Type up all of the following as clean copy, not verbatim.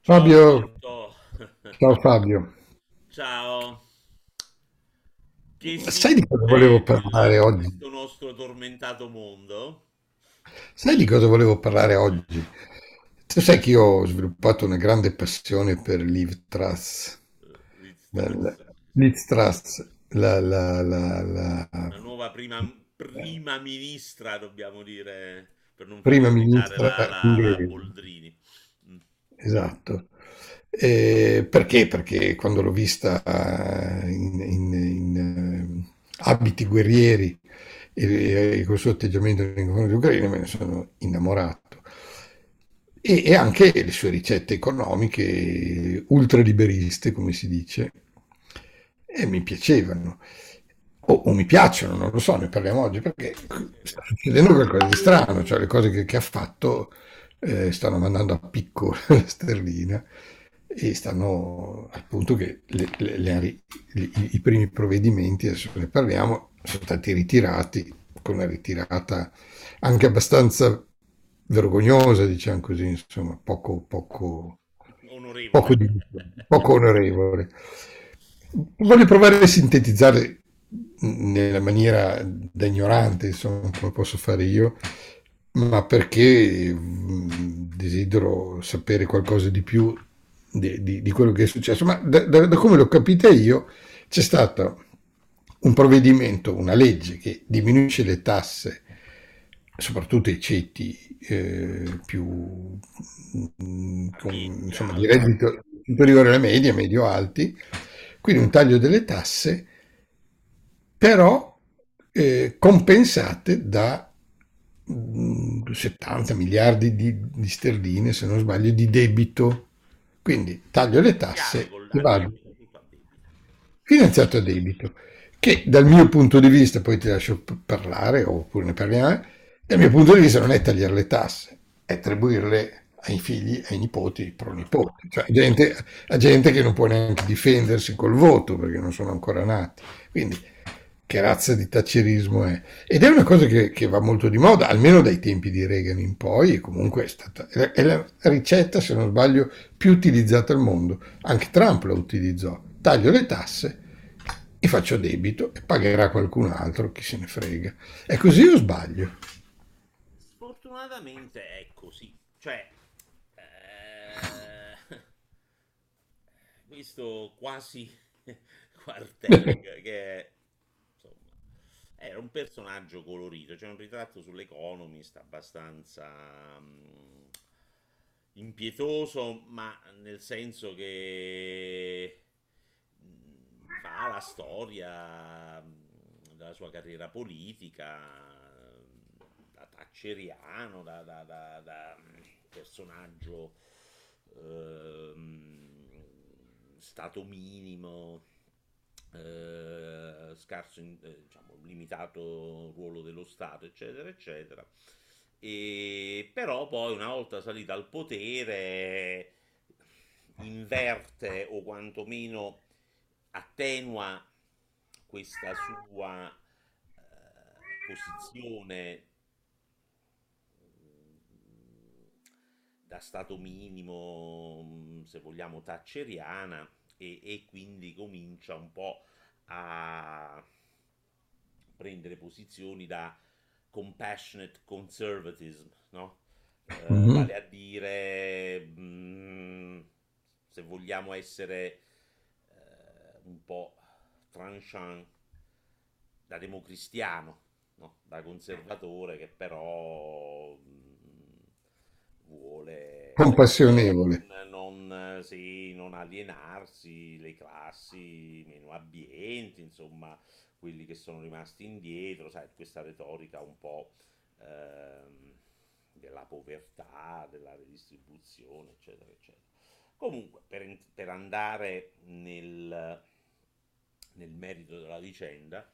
Ciao Fabio, Roberto, ciao Fabio. ciao. Che si Sai di cosa dice volevo parlare in oggi? questo nostro tormentato mondo? Sai di cosa volevo parlare oggi? Tu sai che io ho sviluppato una grande passione per Liv Truss. Liz Bella. Truss, Liz Truss, la la nuova prima ministra, dobbiamo dire, per non far prima irritare ministra la inglese. Boldrini. Mm. Esatto. Perché? Perché quando l'ho vista in abiti guerrieri e col suo atteggiamento nei confronti dell'Ucraina me ne sono innamorato. E anche le sue ricette economiche ultraliberiste, come si dice, e mi piacevano. O mi piacciono, non lo so, ne parliamo oggi perché Sì. sta succedendo qualcosa di strano, cioè le cose che ha fatto stanno mandando a picco la sterlina e stanno al punto che i primi provvedimenti, adesso ne parliamo, sono stati ritirati con una ritirata anche abbastanza vergognosa, diciamo così, insomma, Onorevole. poco onorevole. Voglio provare a sintetizzare nella maniera da ignorante, insomma, come posso fare io, ma perché desidero sapere qualcosa di più di quello che è successo. Ma da come l'ho capita io, c'è stato un provvedimento, una legge che diminuisce le tasse, soprattutto ai ceti più insomma, di Medio-alti. reddito superiore alla media, medio-alti, quindi un taglio delle tasse, però compensate da 70 miliardi di sterline, se non sbaglio, di debito. Quindi taglio le Finanziate tasse e a vado debito, tutto a debito. finanziato a debito, che dal mio punto di vista, poi ti lascio parlare oppure ne parliamo, dal mio punto di vista non è tagliare le tasse, è attribuirle ai figli, ai nipoti, ai pronipoti, cioè gente che non può neanche difendersi col voto perché non sono ancora nati. Quindi che razza di taccerismo è? Ed è una cosa che va molto di moda, almeno dai tempi di Reagan in poi, e comunque è la ricetta, se non sbaglio, più utilizzata al mondo. Anche Trump la utilizzò. Taglio le tasse e faccio debito e pagherà qualcun altro, chi se ne frega. È così o sbaglio? Sfortunatamente è così. Cioè, questo quasi Quarteng, che insomma era un personaggio colorito, c'è un ritratto sull'Economist abbastanza impietoso, ma nel senso che fa la storia della sua carriera politica, da thatcheriano, da personaggio stato minimo, scarso, diciamo, limitato ruolo dello Stato, eccetera, eccetera. E però poi una volta salita al potere inverte o quantomeno attenua questa sua posizione da stato minimo, se vogliamo, thatcheriana e quindi comincia un po' a prendere posizioni da compassionate conservatism, no? Mhm. Vale a dire, se vogliamo essere un po' tranchant, da democristiano, no? Da conservatore che però vuole Compassionevole. sì, non alienarsi le classi meno abbienti, insomma, quelli che sono rimasti indietro, sai, questa retorica un po' della povertà, della redistribuzione, eccetera, eccetera. Comunque, per andare nel merito della vicenda,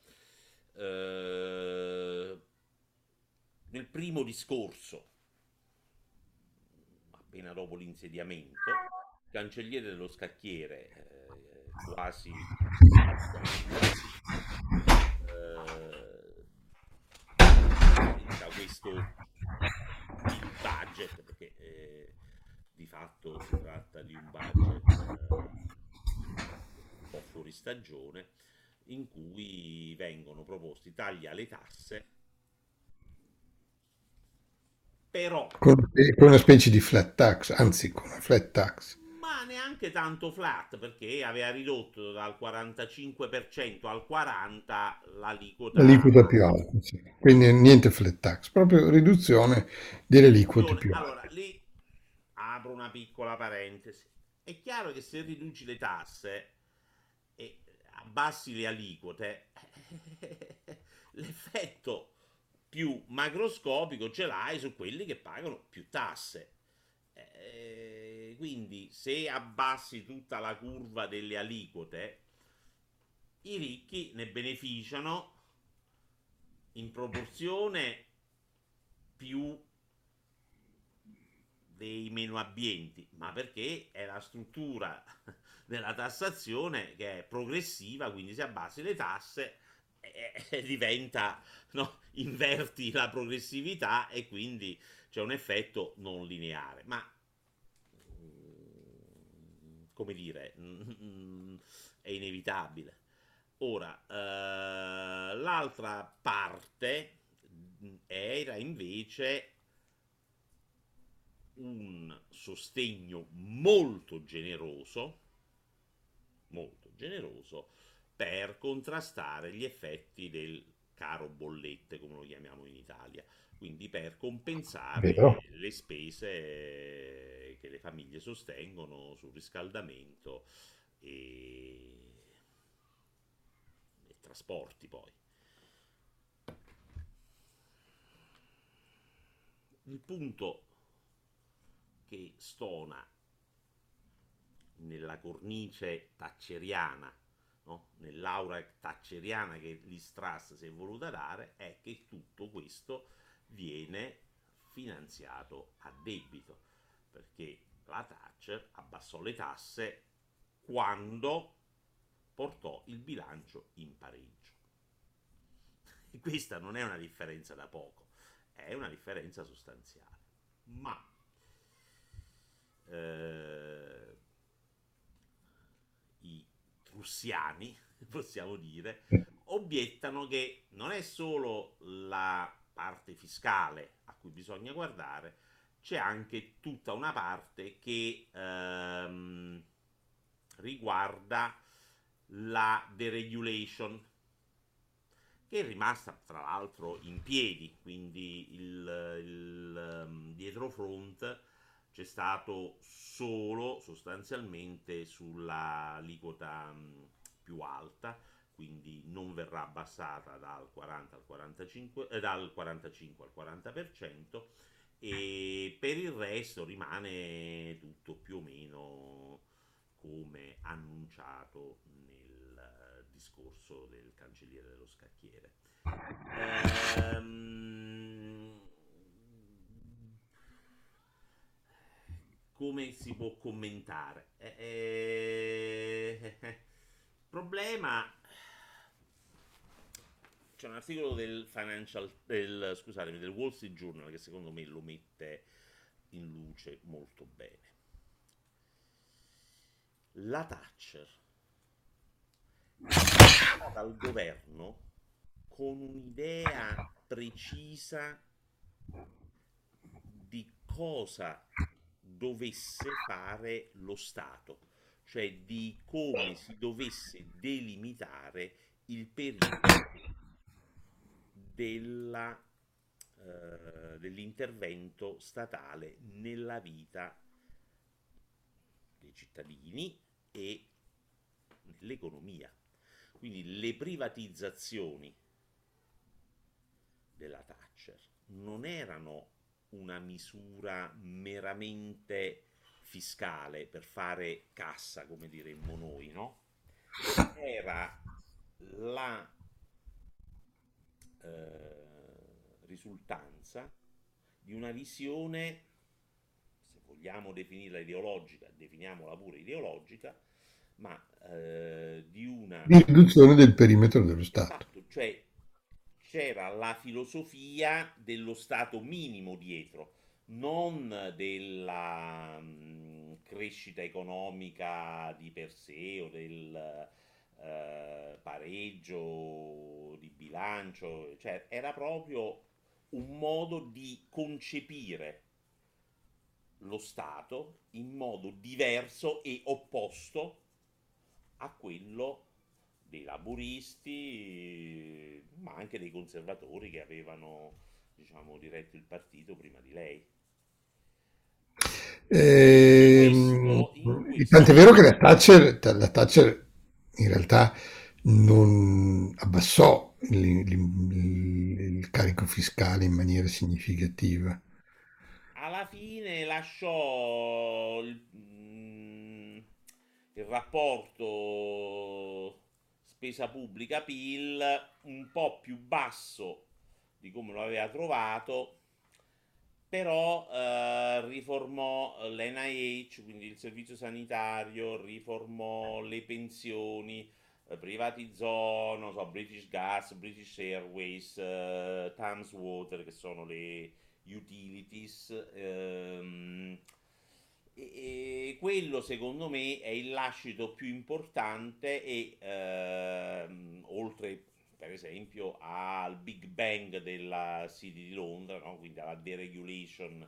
eh, nel primo discorso, appena dopo l'insediamento, il cancelliere dello scacchiere, quasi scattando, eh, presenta questo big budget, perché di fatto si tratta di un budget un po' fuori stagione, in cui vengono proposti tagli alle tasse, però con una specie di flat tax, anzi con una flat tax. ma neanche tanto flat, perché aveva ridotto dal 45% al 40% l'aliquota. L'aliquota più alta, sì. Quindi niente flat tax, proprio riduzione delle aliquote più Allora, alte. lì apro una piccola parentesi. È chiaro che se riduci le tasse e abbassi le aliquote, l'effetto più macroscopico ce l'hai su quelli che pagano più tasse. Quindi se abbassi tutta la curva delle aliquote, i ricchi ne beneficiano in proporzione più dei meno abbienti, ma perché è la struttura della tassazione che è progressiva, quindi se abbassi le tasse diventa, no, inverti la progressività e quindi c'è un effetto non lineare. Ma come dire, è inevitabile. Ora, l'altra parte era invece un sostegno molto generoso per contrastare gli effetti del caro bollette, come lo chiamiamo in Italia, quindi per Vero? compensare le spese che le famiglie sostengono sul riscaldamento e, e trasporti poi. Il punto che stona nella cornice thatcheriana, no? Nell'aura thatcheriana che l'Istrass si è voluta dare, è che tutto questo viene finanziato a debito, perché la Thatcher abbassò le tasse quando portò il bilancio in pareggio. E questa non è una differenza da poco, è una differenza sostanziale. Ma eh, i trussiani, possiamo dire, obiettano che non è solo la parte fiscale a cui bisogna guardare, c'è anche tutta una parte che riguarda la deregulation, che è rimasta tra l'altro in piedi, quindi dietrofront c'è stato solo sostanzialmente sulla aliquota più alta, quindi non verrà abbassata dal 40 al 45, dal 45 al 40%, e per il resto rimane tutto più o meno come annunciato nel discorso del cancelliere dello scacchiere. Ehm, Come si può commentare? Problema. C'è un articolo del Wall Street Journal che secondo me lo mette in luce molto bene. La Thatcher è arrivata al governo con un'idea precisa di cosa dovesse fare lo Stato, cioè di come si dovesse delimitare il perimetro dell'intervento statale nella vita dei cittadini e nell'economia. Quindi le privatizzazioni della Thatcher non erano una misura meramente fiscale per fare cassa, come diremmo noi, no? Era la risultanza di una visione, se vogliamo definirla ideologica, definiamola pure ideologica, ma di una. Di riduzione del perimetro dello Stato. Esatto, cioè c'era la filosofia dello stato minimo dietro, non crescita economica di per sé o del pareggio di bilancio, cioè era proprio un modo di concepire lo Stato in modo diverso e opposto a quello dei laburisti, ma anche dei conservatori che avevano, diciamo, diretto il partito prima di lei. Ehm, In Tant'è vero che questo La Thatcher in realtà non abbassò il carico fiscale in maniera significativa. alla fine lasciò il rapporto spesa pubblica PIL un po' più basso di come lo aveva trovato, però riformò l'NIH, quindi il servizio sanitario, riformò le pensioni, privatizzò, non so, British Gas, British Airways, Thames Water, che sono le utilities. E quello secondo me è il lascito più importante e oltre per esempio al Big Bang della City di Londra, no? Quindi alla deregulation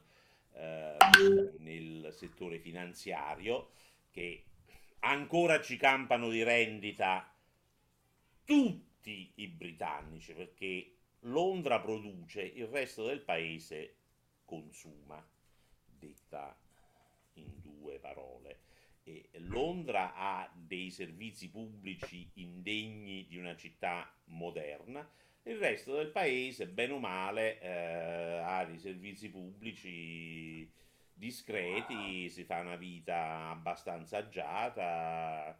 nel settore finanziario, che ancora ci campano di rendita tutti i britannici, perché Londra produce, il resto del paese consuma, detta in due parole. E Londra ha dei servizi pubblici indegni di una città moderna, il resto del paese, bene o male, ha dei servizi pubblici discreti, si fa una vita abbastanza agiata,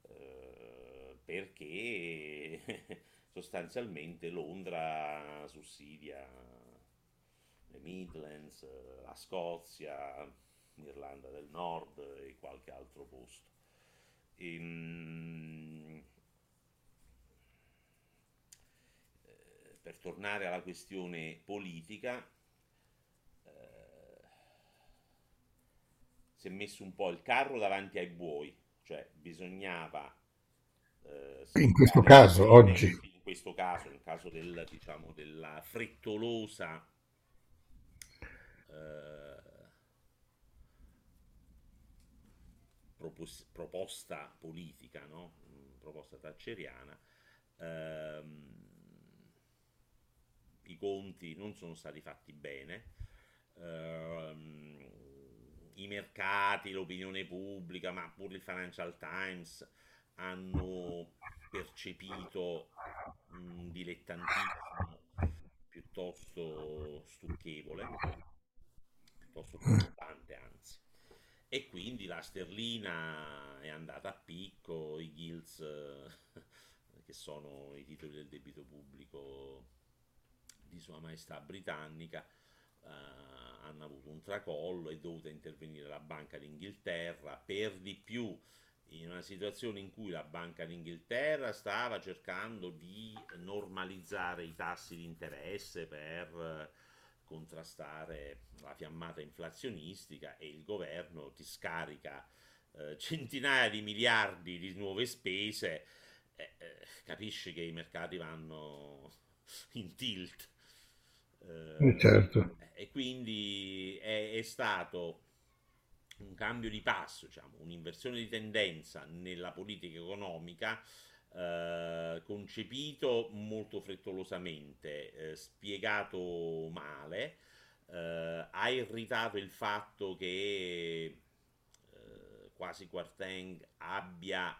perché sostanzialmente Londra sussidia le Midlands, la Scozia, l'Irlanda del Nord e qualche altro posto. Ehm, per tornare alla questione politica, si è messo un po' il carro davanti ai buoi, cioè bisognava In questo spiegare caso, bene, oggi, in questo caso, nel caso del, diciamo, della frettolosa eh, proposta politica, no? Proposta thatcheriana, ehm, i conti non sono stati fatti bene, ehm, i mercati, l'opinione pubblica, ma pure il Financial Times hanno percepito un dilettantismo piuttosto stucchevole, piuttosto preoccupante anzi. E quindi la sterlina è andata a picco, i gilts, che sono i titoli del debito pubblico di Sua Maestà Britannica, hanno avuto un tracollo, è dovuta intervenire la Banca d'Inghilterra, per di più in una situazione in cui la Banca d'Inghilterra stava cercando di normalizzare i tassi di interesse per contrastare la fiammata inflazionistica, e il governo ti scarica centinaia di miliardi di nuove spese, capisci che i mercati vanno in tilt. certo. E quindi è stato un cambio di passo, diciamo, un'inversione di tendenza nella politica economica, concepito molto frettolosamente, spiegato male, ha irritato il fatto che quasi Quarteng abbia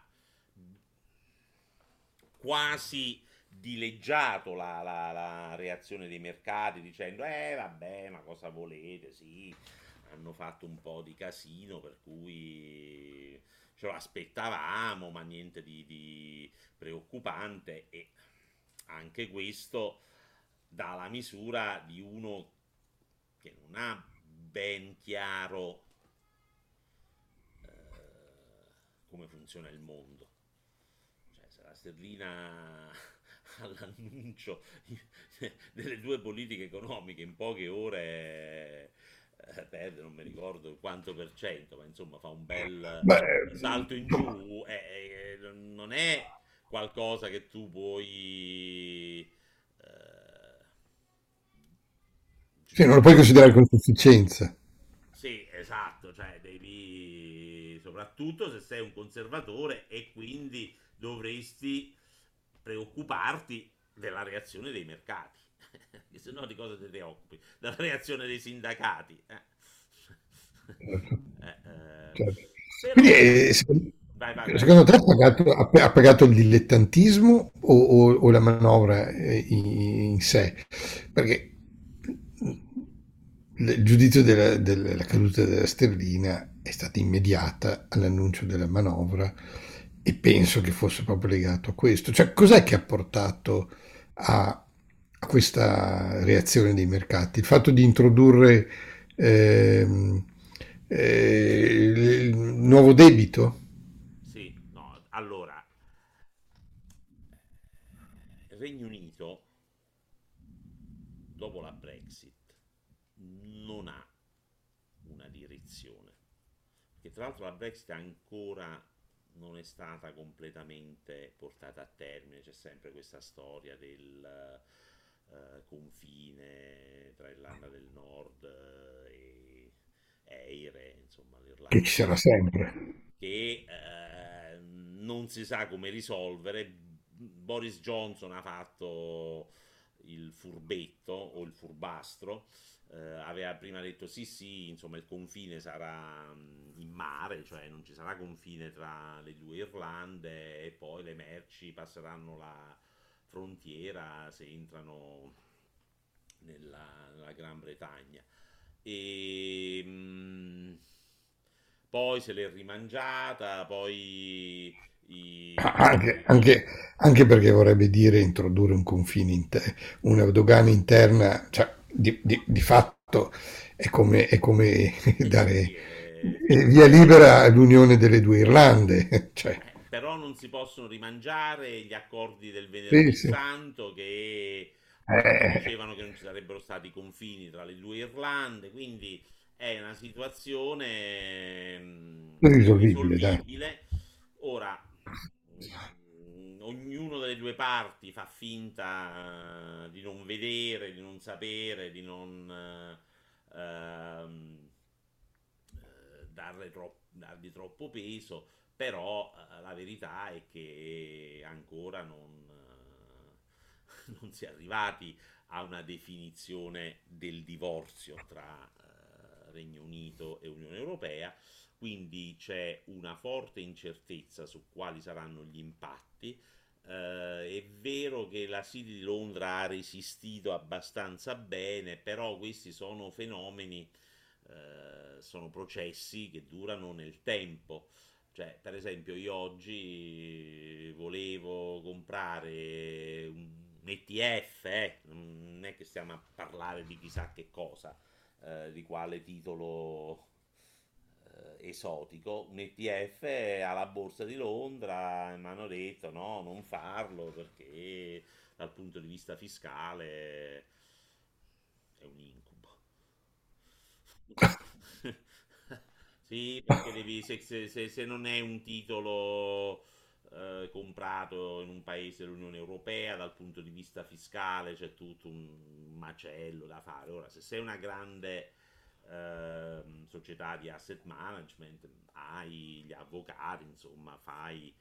quasi dileggiato la reazione dei mercati dicendo vabbè, ma cosa volete, sì, hanno fatto un po' di casino per cui ce lo aspettavamo, ma niente di preoccupante. E anche questo dà la misura di uno che non ha ben chiaro come funziona il mondo. Cioè, se la sterlina all'annuncio delle due politiche economiche in poche ore perde, non mi ricordo il quanto per cento, ma insomma fa un bel Beh, salto in giù, non è qualcosa che tu puoi sì, non lo puoi giudicare. considerare con sufficienza. Sì, esatto, cioè devi, soprattutto se sei un conservatore e quindi dovresti preoccuparti della reazione dei mercati, che se no di cosa ti preoccupi? Della reazione dei sindacati. Certo. Quindi, Però, vai, vai, vai. secondo te ha pagato il dilettantismo o la manovra in sé? Perché il giudizio della caduta della sterlina è stata immediata all'annuncio della manovra e penso che fosse proprio legato a questo. Cioè, cos'è che ha portato a questa reazione dei mercati? Il fatto di introdurre ehm, il nuovo debito? Sì, no, allora, il Regno Unito, dopo la Brexit, non ha una direzione. Che tra l'altro la Brexit ancora non è stata completamente portata a termine, c'è sempre questa storia del confine tra Irlanda del Nord e Eire, insomma Che l'Irlanda ci del sarà Nord, sempre. che non si sa come risolvere. Boris Johnson ha fatto il furbetto o il furbastro, aveva prima detto sì sì, insomma il confine sarà in mare, cioè non ci sarà confine tra le due Irlande e poi le merci passeranno la frontiera se entrano nella Gran Bretagna. E poi se l'è rimangiata, poi Anche, anche- anche perché vorrebbe dire introdurre un confine, una dogana interna, cioè di fatto è come sì, dare sì, via libera all'unione delle due Irlande. Cioè, però non si possono rimangiare gli accordi del sì, Venerdì sì. Santo che Eh, dicevano che non ci sarebbero stati confini tra le due Irlande, quindi è una situazione irrisolvibile, dai. irrisolvibile. Ora, ognuno delle due parti fa finta di non vedere, di non sapere, di non dargli troppo peso, però la verità è che ancora non si è arrivati a una definizione del divorzio tra Regno Unito e Unione Europea, quindi c'è una forte incertezza su quali saranno gli impatti. È vero che la City di Londra ha resistito abbastanza bene, però questi sono fenomeni, sono processi che durano nel tempo. Cioè, per esempio, io oggi volevo comprare un ETF, non è che stiamo a parlare di chissà che cosa, di quale titolo esotico, un ETF alla borsa di Londra e mi hanno detto no, non farlo perché dal punto di vista fiscale è un incubo. Sì, perché se non è un titolo comprato in un paese dell'Unione Europea, dal punto di vista fiscale c'è tutto un macello da fare. Ora, se sei una grande società di asset management, hai gli avvocati, insomma, fai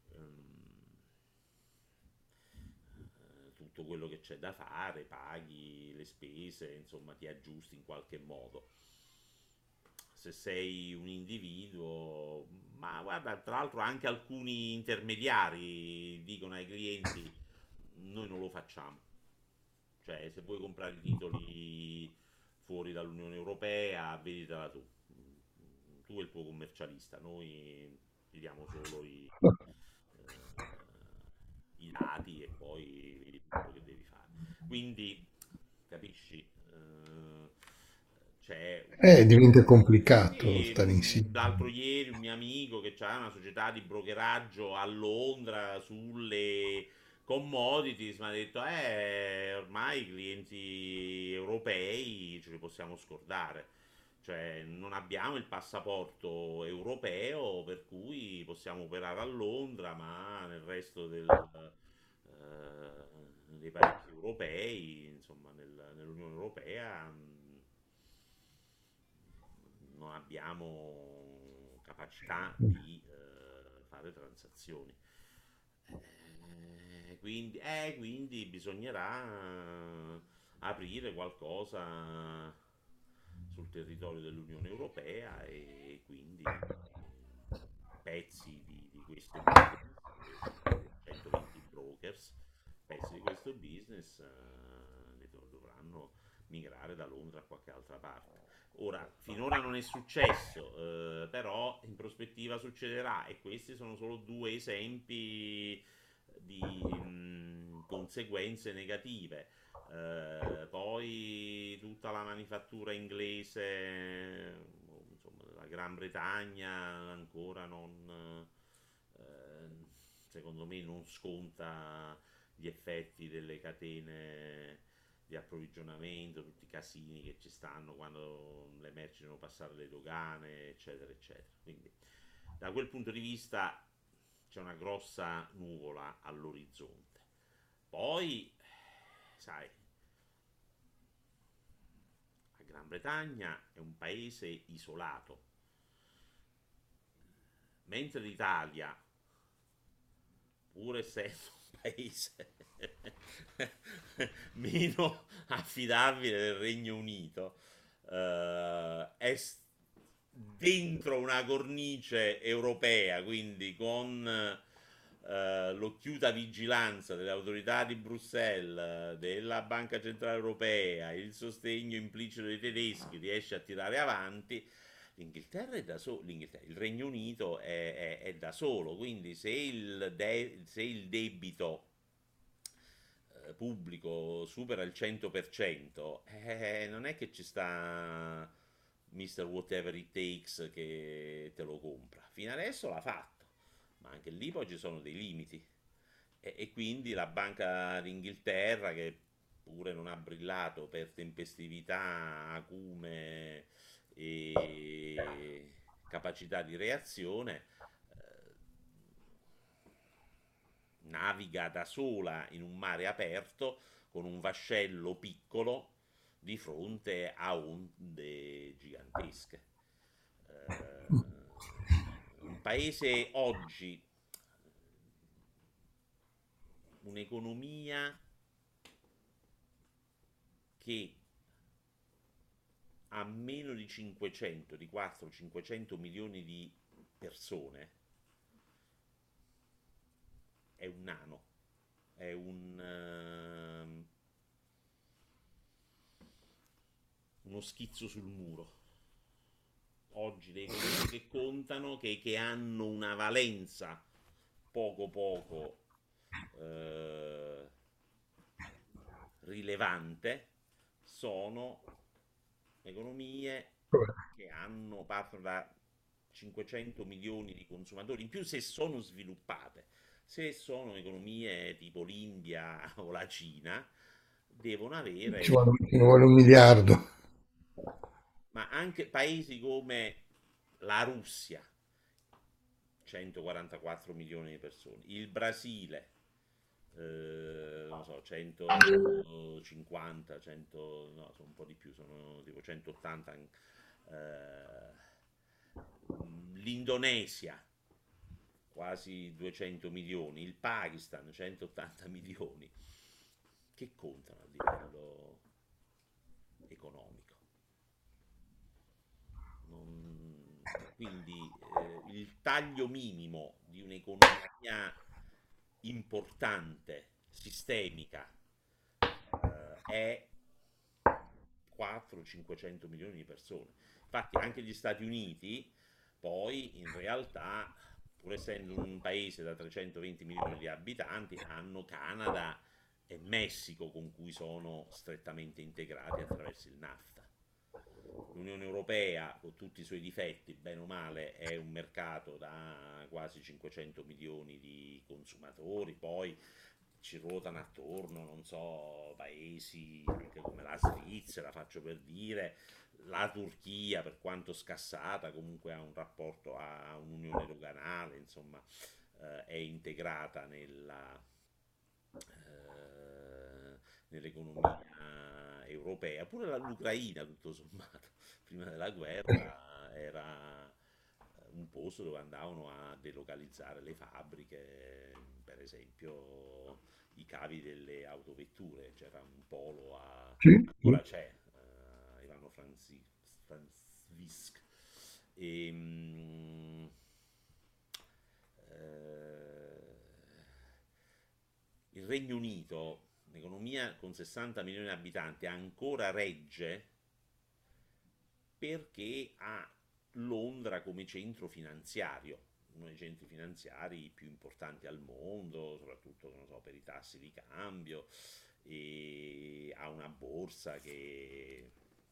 tutto quello che c'è da fare, paghi le spese, insomma, ti aggiusti in qualche modo. Se sei un individuo, ma guarda, tra l'altro anche alcuni intermediari dicono ai clienti noi non lo facciamo, cioè se vuoi comprare i titoli fuori dall'Unione Europea, veditela tu, tu e il tuo commercialista, noi ti diamo solo i dati e poi vedi quello che devi fare. Quindi, capisci, c'è Diventa complicato sì, stare insieme. l'altro ieri un mio amico che ha una società di brokeraggio a Londra sulle commodities mi ha detto, ormai i clienti europei ce li possiamo scordare. Cioè, non abbiamo il passaporto europeo, per cui possiamo operare a Londra, ma nel resto dei paesi europei, insomma, nell'Unione Europea, non abbiamo capacità di fare transazioni. Quindi bisognerà aprire qualcosa sul territorio dell'Unione Europea e quindi pezzi di questo business, 120 brokers, pezzi di questo business dovranno migrare da Londra a qualche altra parte. Ora, finora non è successo, però in prospettiva succederà e questi sono solo due esempi di conseguenze negative. Poi tutta la manifattura inglese, insomma, della Gran Bretagna ancora non, secondo me, non sconta gli effetti delle catene di approvvigionamento, tutti i casini che ci stanno quando le merci devono passare le dogane, eccetera, eccetera. Quindi da quel punto di vista c'è una grossa nuvola all'orizzonte. Poi, sai, la Gran Bretagna è un paese isolato, mentre l'Italia, pur essendo un paese meno affidabile del Regno Unito, è dentro una cornice europea, quindi con l'occhiuta vigilanza delle autorità di Bruxelles, della Banca Centrale Europea, il sostegno implicito dei tedeschi, riesce a tirare avanti. L'Inghilterra è da solo, il Regno Unito è da solo, quindi se il debito pubblico supera il 100%, non è che ci sta Mr. Whatever It Takes che te lo compra. Fino adesso l'ha fatto, ma anche lì poi ci sono dei limiti. E quindi la Banca d'Inghilterra, che pure non ha brillato per tempestività, acume e capacità di reazione, naviga da sola in un mare aperto con un vascello piccolo di fronte a onde gigantesche. Un paese oggi, un'economia che ha meno di 500, di 400-500 milioni di persone, è un nano, è uno schizzo sul muro. Oggi le economie che contano, che hanno una valenza poco eh, rilevante, sono economie che hanno partono da 500 milioni di consumatori in più se sono sviluppate. Se sono economie tipo l'India o la Cina, devono avere, Ci vuole 1 miliardo. ma anche paesi come la Russia, 144 milioni di persone, il Brasile, non so, 150, 100, no, sono un po' di più, sono tipo 180, l'Indonesia, quasi 200 milioni, il Pakistan, 180 milioni, che contano a livello economico. Quindi il taglio minimo di un'economia importante, sistemica, è 400-500 milioni di persone. Infatti anche gli Stati Uniti poi in realtà, pur essendo un paese da 320 milioni di abitanti, hanno Canada e Messico con cui sono strettamente integrati attraverso il NAFTA. L'Unione Europea, con tutti i suoi difetti, bene o male, è un mercato da quasi 500 milioni di consumatori, poi ci ruotano attorno, non so, paesi anche come la Svizzera, faccio per dire, la Turchia, per quanto scassata, comunque ha un rapporto, ha un'unione doganale, insomma, è integrata nell'economia europea. Pure l'Ucraina, tutto sommato, prima della guerra era un posto dove andavano a delocalizzare le fabbriche, per esempio i cavi delle autovetture, c'era un polo Sì, ancora sì. c'è, Ivano Frankivsk. E, eh, il Regno Unito, un'economia con 60 milioni di abitanti, ancora regge perché ha Londra come centro finanziario, uno dei centri finanziari più importanti al mondo, soprattutto non so, per i tassi di cambio, e ha una borsa che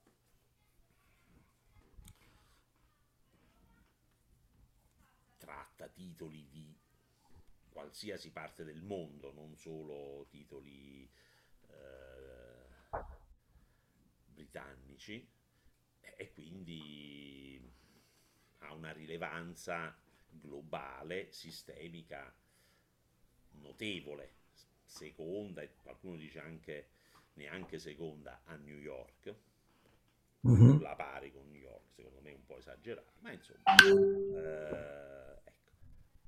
tratta titoli di qualsiasi parte del mondo, non solo titoli britannici, e quindi ha una rilevanza globale, sistemica, notevole, seconda e qualcuno dice anche neanche seconda a New York, Mhm. sulla pari con New York, secondo me un po' esagerato, ma insomma, ecco,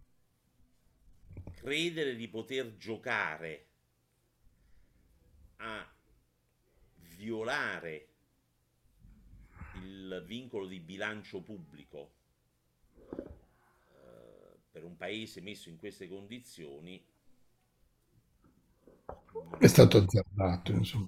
credere di poter giocare a violare il vincolo di bilancio pubblico per un paese messo in queste condizioni non È è stato azzardato, insomma.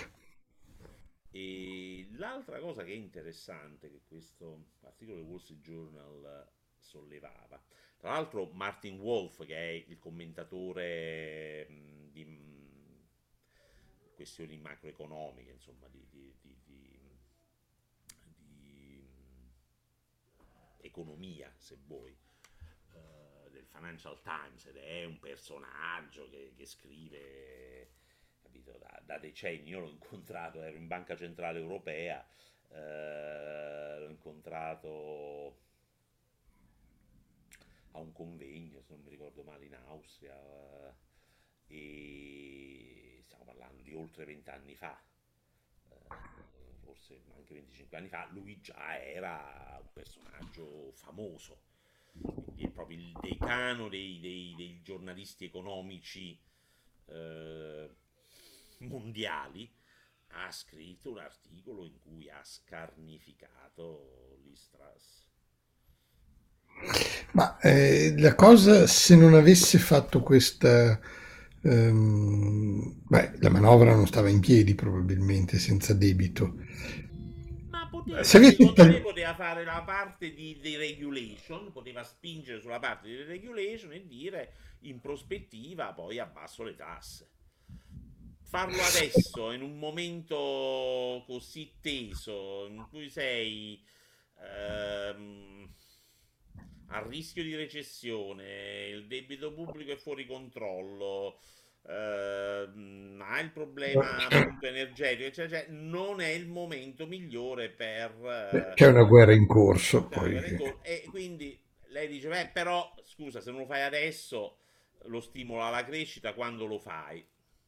E l'altra cosa che è interessante che questo articolo del Wall Street Journal sollevava, tra l'altro Martin Wolf, che è il commentatore di questioni macroeconomiche, insomma, di economia, se vuoi, del Financial Times, ed è un personaggio che scrive, capito, da decenni. Io l'ho incontrato, ero in Banca Centrale Europea, l'ho incontrato a un convegno, se non mi ricordo male, in Austria, e stiamo parlando di oltre 20 anni fa, forse anche 25 anni fa. Lui già era un personaggio famoso, quindi è proprio il decano dei giornalisti economici eh, mondiali. Ha scritto un articolo in cui ha scarnificato l'Istras. Ma la cosa, se non avesse fatto questa... beh, la manovra non stava in piedi probabilmente senza debito. Ma Se poteva, avesse secondo me, tag- poteva fare la parte di deregulation, poteva spingere sulla parte di deregulation e dire in prospettiva poi abbasso le tasse. Farlo adesso, in un momento così teso, in cui sei ehm, a rischio di recessione, il debito pubblico è fuori controllo, ha il problema appunto energetico, non è il momento migliore per C'è una guerra in corso, cioè, poi. e quindi lei dice, beh, però, scusa, se non lo fai adesso, lo stimola alla crescita quando lo fai.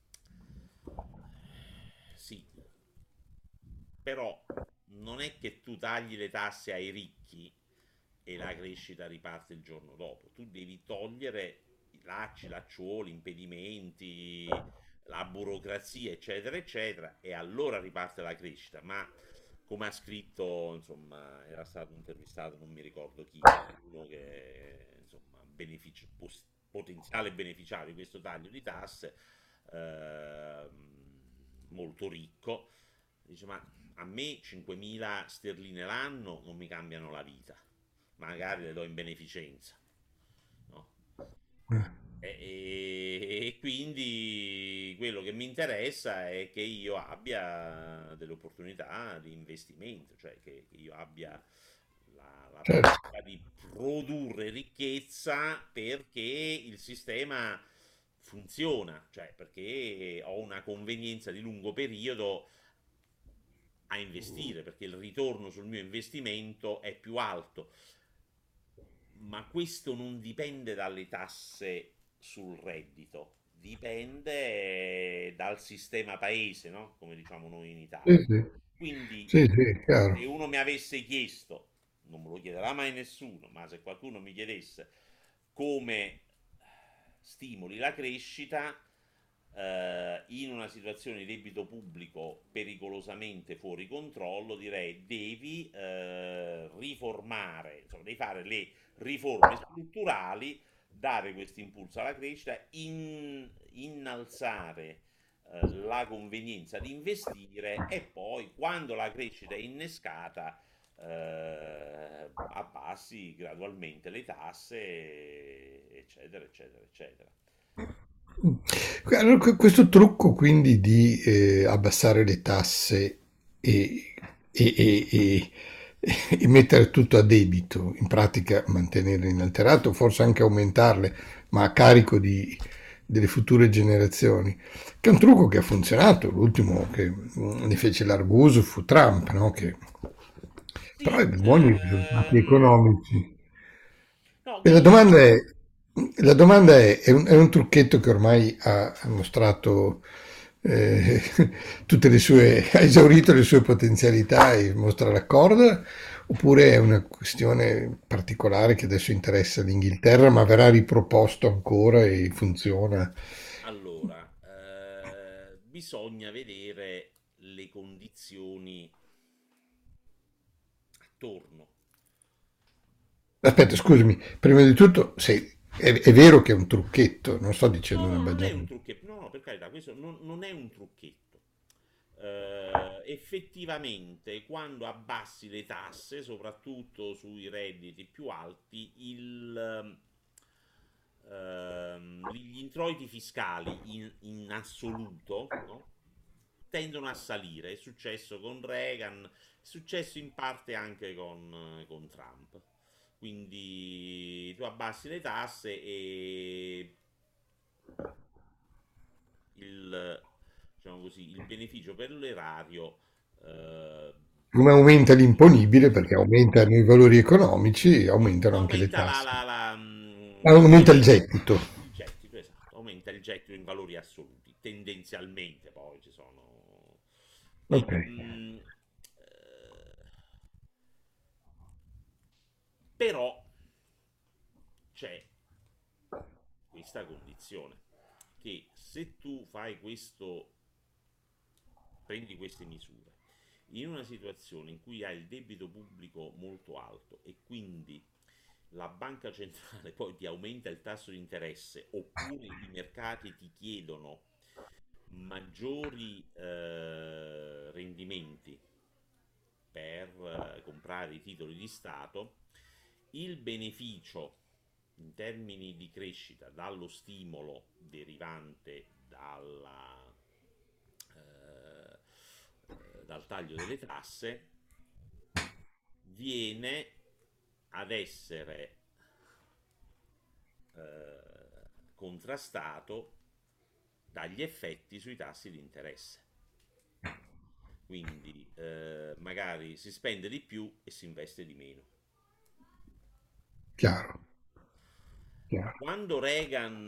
Sì, però non è che tu tagli le tasse ai ricchi e la crescita riparte il giorno dopo. Tu devi togliere i lacci, lacciuoli, impedimenti, la burocrazia, eccetera, eccetera, e allora riparte la crescita. Ma come ha scritto, insomma, era stato intervistato, non mi ricordo chi, uno che, insomma, potenziale beneficiario di questo taglio di tasse, molto ricco, dice, ma a me 5.000 sterline l'anno non mi cambiano la vita, magari le do in beneficenza, no? E quindi quello che mi interessa è che io abbia delle opportunità di investimento, cioè che io abbia la Certo. possibilità di produrre ricchezza perché il sistema funziona, cioè perché ho una convenienza di lungo periodo a investire perché il ritorno sul mio investimento è più alto, ma questo non dipende dalle tasse sul reddito, dipende dal sistema paese, no? Come diciamo noi in Sì, Italia. sì, Quindi, sì, sì, se chiaro. uno mi avesse chiesto, non me lo chiederà mai nessuno, ma se qualcuno mi chiedesse come stimoli la crescita, in una situazione di debito pubblico pericolosamente fuori controllo, direi devi riformare, insomma, devi fare le riforme strutturali, dare questo impulso alla crescita, innalzare la convenienza di investire e poi quando la crescita è innescata abbassi gradualmente le tasse, eccetera, eccetera, eccetera. Allora, questo trucco quindi di abbassare le tasse e, e- e- e- e mettere tutto a debito, in pratica mantenerle inalterato, forse anche aumentarle, ma a carico delle future generazioni, che è un trucco che ha funzionato. L'ultimo che ne fece largo uso fu Trump, no? Che però Sì, ebbe buoni risultati economici. no, E qui la domanda è un trucchetto che ormai ha mostrato eh, tutte le sue, ha esaurito le sue potenzialità e mostra la corda, oppure è una questione particolare che adesso interessa l'Inghilterra, ma verrà riproposto ancora e funziona? allora bisogna vedere le condizioni attorno. Aspetta, scusami, prima di tutto, è vero che è un trucchetto, non sto dicendo No, una no, non è un baggianata. trucchetto, no, no, per carità, questo non è un trucchetto. Effettivamente, quando abbassi le tasse, soprattutto sui redditi più alti, gli introiti fiscali in assoluto, no? Tendono a salire. È successo con Reagan, è successo in parte anche con Trump. Quindi tu abbassi le tasse e il, diciamo così, il beneficio per l'erario eh, Come aumenta l'imponibile, perché aumentano i valori economici, aumentano anche le aumenta tasse. il Aumenta il benessere, gettito. il gettito, esatto, aumenta il gettito in valori assoluti, tendenzialmente poi ci sono... E, Ok, però c'è questa condizione che se tu fai questo, prendi queste misure in una situazione in cui hai il debito pubblico molto alto e quindi la banca centrale poi ti aumenta il tasso di interesse oppure i mercati ti chiedono maggiori rendimenti per comprare i titoli di Stato, il beneficio in termini di crescita dallo stimolo derivante dal taglio delle tasse viene ad essere contrastato dagli effetti sui tassi di interesse. Quindi magari si spende di più e si investe di meno. chiaro, chiaro. Quando Reagan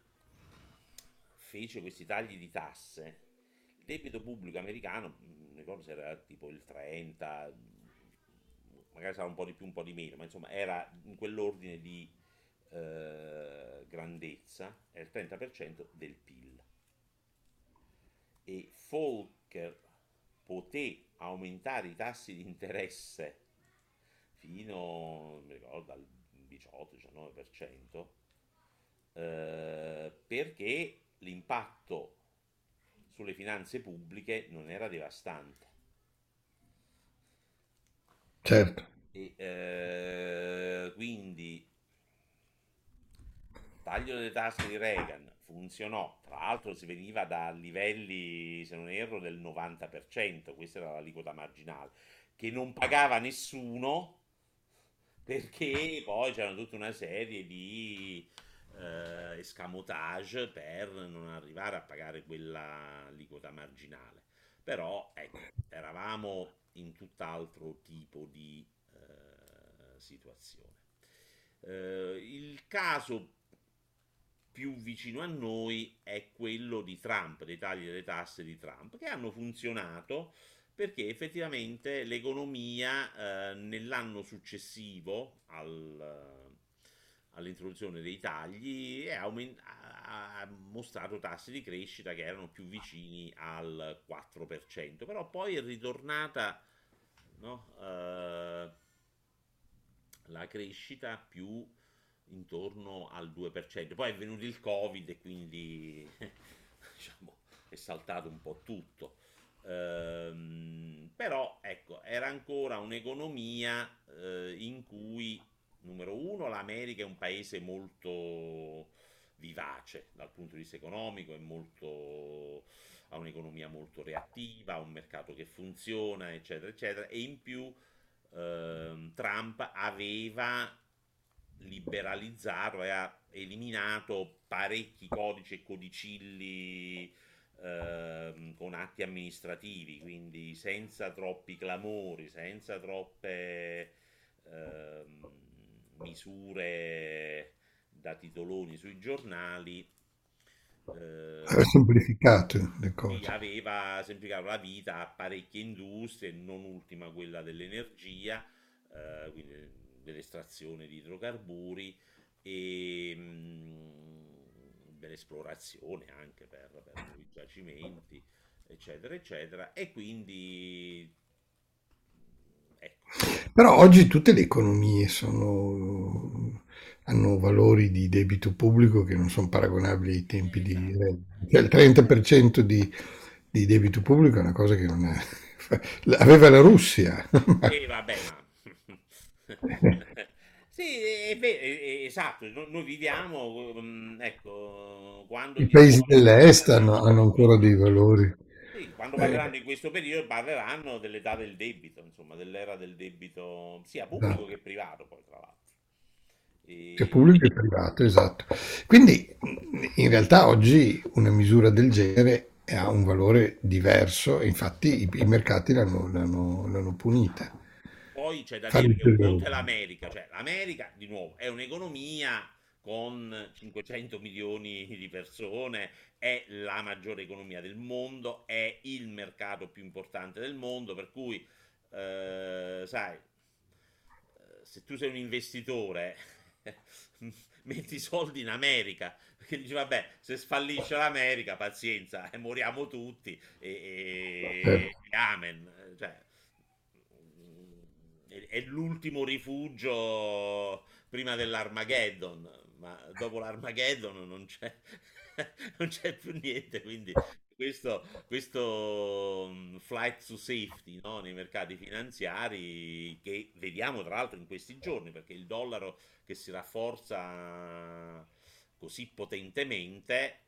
fece questi tagli di tasse, il debito pubblico americano, non ricordo se era tipo il 30, magari sarà un po' di più, un po' di meno, ma insomma era in quell'ordine di grandezza, è il 30% del PIL. E Volcker poté aumentare i tassi di interesse fino, non mi ricordo, al 18-19%, perché l'impatto sulle finanze pubbliche non era devastante. Certo. E quindi taglio delle tasse di Reagan funzionò, tra l'altro si veniva da livelli, se non erro, del 90%, questa era l'aliquota marginale, che non pagava nessuno perché poi c'erano tutta una serie di escamotage per non arrivare a pagare quella aliquota marginale. Però ecco, eravamo in tutt'altro tipo di situazione. Il caso più vicino a noi è quello di Trump, dei tagli delle tasse di Trump, che hanno funzionato perché effettivamente l'economia nell'anno successivo all'introduzione dei tagli ha mostrato tassi di crescita che erano più vicini al 4%, però poi è ritornata, no, la crescita più intorno al 2%. Poi è venuto il Covid e quindi diciamo, è saltato un po' tutto. Però ecco, era ancora un'economia in cui, numero uno, l'America è un paese molto vivace dal punto di vista economico, ha un'economia molto reattiva, ha un mercato che funziona, eccetera, eccetera, e in più Trump aveva liberalizzato e ha eliminato parecchi codici e codicilli con atti amministrativi, quindi senza troppi clamori, senza troppe misure da titoloni sui giornali. Ha semplificato le Sì, cose. aveva semplificato la vita a parecchie industrie, non ultima quella dell'energia, quindi dell'estrazione di idrocarburi e dell'esplorazione anche per nuovi giacimenti, eccetera, eccetera. E quindi, ecco, Però oggi tutte le economie hanno valori di debito pubblico che non sono paragonabili ai tempi di esatto. Renzi. Cioè, il 30% di debito pubblico è una cosa che non è... aveva la Russia. E vabbè, ma sì, esatto, noi viviamo, ecco, quando I gli paesi storici dell'Est hanno parleranno di ancora dei questo, valori. sì, quando Eh, parleranno di questo periodo parleranno dell'età del debito, insomma, dell'era del debito sia pubblico esatto. che privato, poi tra l'altro. Sia E, pubblico che privato, esatto. Quindi in realtà oggi una misura del genere ha un valore diverso e infatti i mercati l'hanno punita. Poi c'è da Fare dire che un ulteriori. conto è l'America, cioè l'America di nuovo è un'economia con 500 milioni di persone, è la maggiore economia del mondo, è il mercato più importante del mondo, per cui sai, se tu sei un investitore, metti i soldi in America, perché dici vabbè, se sfallisce l'America, pazienza, moriamo tutti Eh, e amen. Cioè, è l'ultimo rifugio prima dell'Armageddon, ma dopo l'Armageddon non c'è, non c'è più niente, quindi questo flight to safety, no, nei mercati finanziari che vediamo tra l'altro in questi giorni, perché il dollaro che si rafforza così potentemente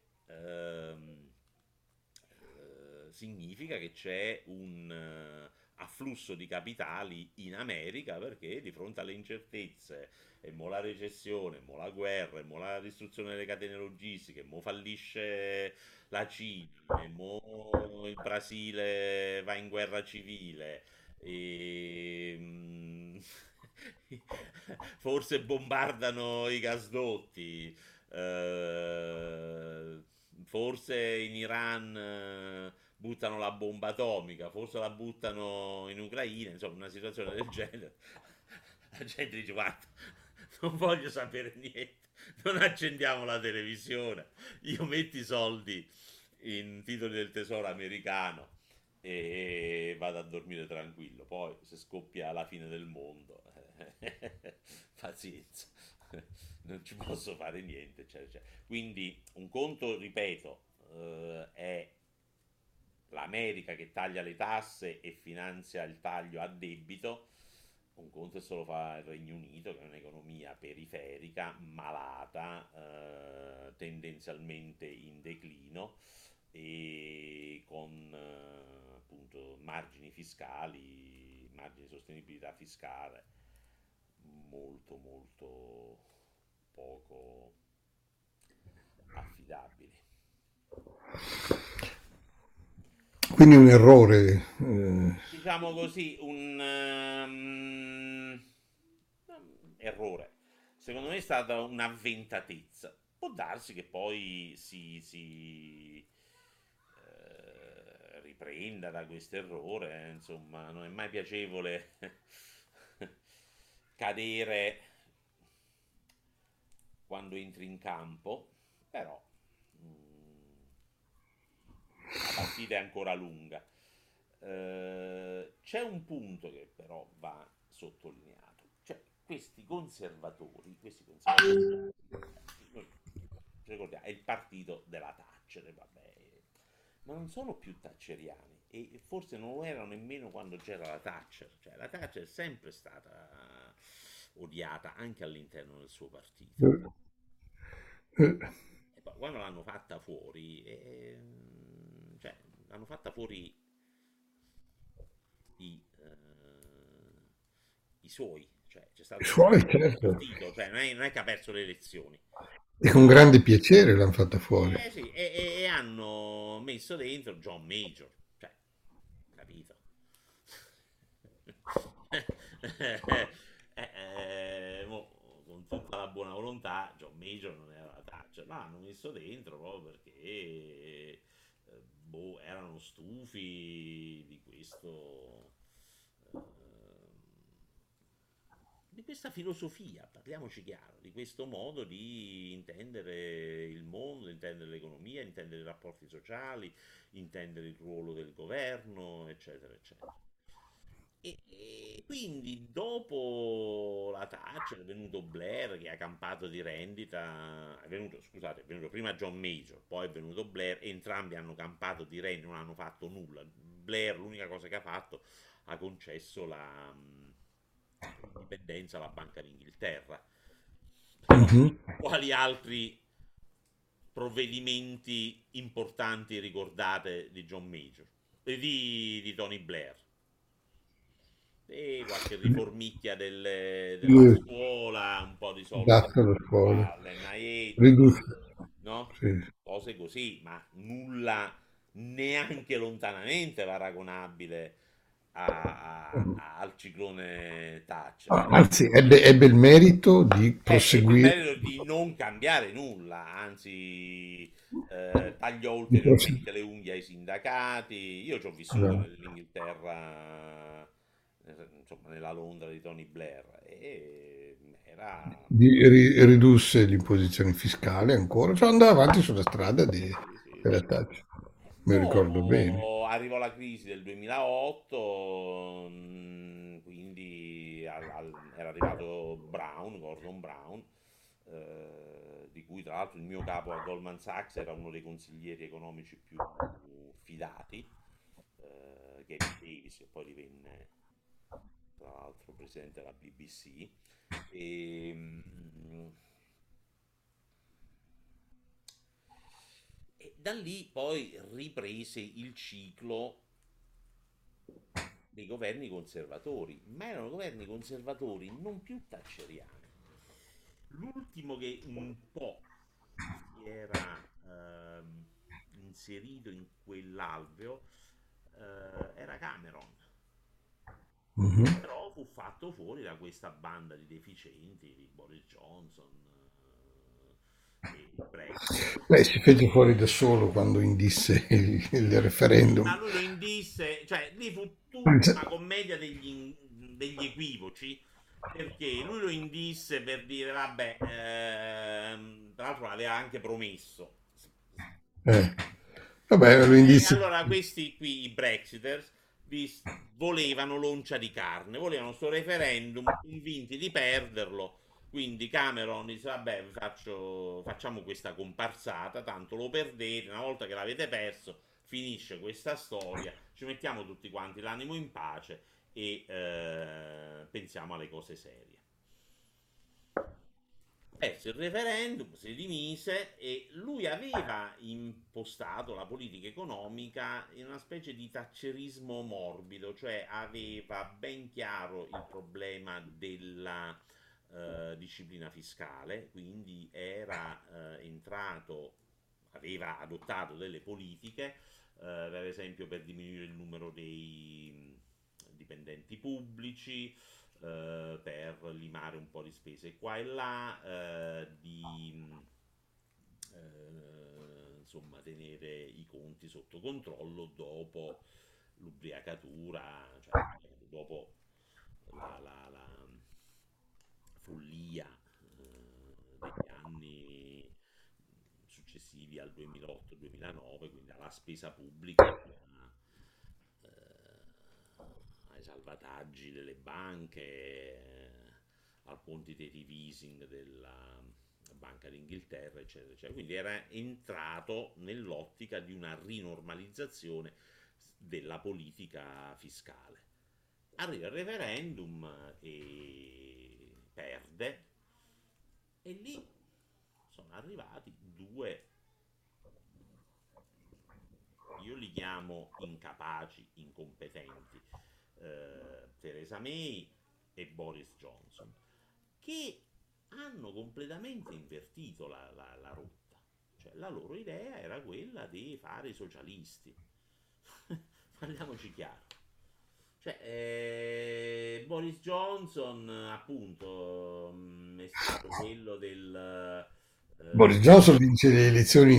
significa che c'è un afflusso di capitali in America perché di fronte alle incertezze, e mo la recessione, mo la guerra, e mo la distruzione delle catene logistiche, mo fallisce la Cina, e mo il Brasile va in guerra civile, e forse bombardano i gasdotti, eh, forse in Iran buttano la bomba atomica, forse la buttano in Ucraina, insomma, una situazione del genere. La gente dice: Guarda, non voglio sapere niente, non accendiamo la televisione, io metto i soldi in titoli del tesoro americano e vado a dormire tranquillo. Poi, se scoppia la fine del mondo, pazienza, non ci posso fare niente. Quindi, un conto, ripeto, è l'America che taglia le tasse e finanzia il taglio a debito. Un conto è solo fa il Regno Unito, che è un'economia periferica, malata, tendenzialmente in declino e con appunto margini fiscali, margini di sostenibilità fiscale molto molto poco affidabili. Quindi un errore. Diciamo così, un errore. Secondo me è stata un'avventatezza. Può darsi che poi si riprenda da questo errore, insomma, non è mai piacevole cadere quando entri in campo, però la partita è ancora lunga. C'è un punto che però va sottolineato, cioè questi conservatori, noi ci ricordiamo, è il partito della Thatcher, vabbè, ma non sono più thatcheriani e forse non lo erano nemmeno quando c'era la Thatcher, cioè la Thatcher è sempre stata odiata anche all'interno del suo partito. Eh, E poi quando l'hanno fatta fuori, cioè l'hanno fatta fuori i suoi, cioè c'è stato un Suoi, sciopero del certo. partito, cioè non è che ha perso le elezioni. E con grande piacere l'hanno fatta fuori. Eh sì, e hanno messo dentro John Major, cioè, capito? Con tutta la buona volontà, John Major non era la Thatcher, ma l'hanno messo dentro proprio perché boh, erano stufi eh, di questa filosofia, parliamoci chiaro, di questo modo di intendere il mondo, intendere l'economia, intendere i rapporti sociali, intendere il ruolo del governo, eccetera, eccetera. E quindi dopo la Thatcher è venuto Blair che ha campato di rendita, è venuto, scusate, è venuto prima John Major, poi è venuto Blair, entrambi hanno campato di rendita, non hanno fatto nulla. Blair l'unica cosa che ha fatto ha concesso l'indipendenza alla Banca d'Inghilterra. Però Mhm. quali altri provvedimenti importanti ricordate di John Major? Di Tony Blair? E qualche riformicchia della Io, scuola, un po' di soldi basta la scuola. all'NIH, Riduce. no? Sì. Cose così, ma nulla neanche lontanamente paragonabile al ciclone Thatcher. Anzi, ebbe il merito di Ebbe il proseguire. merito di non cambiare nulla, anzi tagliò Di prose- ulteriormente le unghie ai sindacati. Io ci ho vissuto no, nell'Inghilterra, insomma nella Londra di Tony Blair, e era... ridusse l'imposizione fiscale ancora, cioè andava avanti sulla strada Sì, sì, della sì. Thatcher, mi ricordo bene. Dopo arrivò la crisi del 2008, quindi era arrivato Brown, Gordon Brown, di cui tra l'altro il mio capo a Goldman Sachs era uno dei consiglieri economici più fidati, Gavin Davis, che poi divenne tra l'altro presidente della BBC. E, e da lì poi riprese il ciclo dei governi conservatori, ma erano governi conservatori non più thatcheriani. L'ultimo che un po' si era inserito in quell'alveo era Cameron, Mhm. però fu fatto fuori da questa banda di deficienti di Boris Johnson e il Brexit. Beh, si fece fuori da solo quando indisse il Sì, ma referendum. lui lo indisse, cioè lì fu tutta una commedia degli equivoci, perché lui lo indisse per dire, vabbè, tra l'altro l'aveva anche promesso. Eh. Vabbè, lo E indisse. allora questi qui, i Brexiters, volevano l'oncia di carne, volevano sto referendum convinti di perderlo. Quindi Cameron dice, vabbè, facciamo questa comparsata, tanto lo perdete, una volta che l'avete perso, finisce questa storia, ci mettiamo tutti quanti l'animo in pace e pensiamo alle cose serie. Perse il referendum, si dimise e lui aveva impostato la politica economica in una specie di thatcherismo morbido, cioè aveva ben chiaro il problema della disciplina fiscale, quindi era entrato, aveva adottato delle politiche per esempio per diminuire il numero dei dipendenti pubblici, per limare un po' di spese qua e là, insomma tenere i conti sotto controllo dopo l'ubriacatura, cioè dopo la follia degli anni successivi al 2008-2009, quindi alla spesa pubblica, ai salvataggi delle banche, al quantitative easing della Banca d'Inghilterra, eccetera, eccetera. Quindi era entrato nell'ottica di una rinormalizzazione della politica fiscale. Arriva il referendum e perde, e lì sono arrivati due, io li chiamo incapaci, incompetenti, Theresa May e Boris Johnson, che hanno completamente invertito la rotta. Cioè, la loro idea era quella di fare i socialisti. Parliamoci chiaro. Cioè, Boris Johnson, appunto, è stato quello del... Boris Johnson vince le elezioni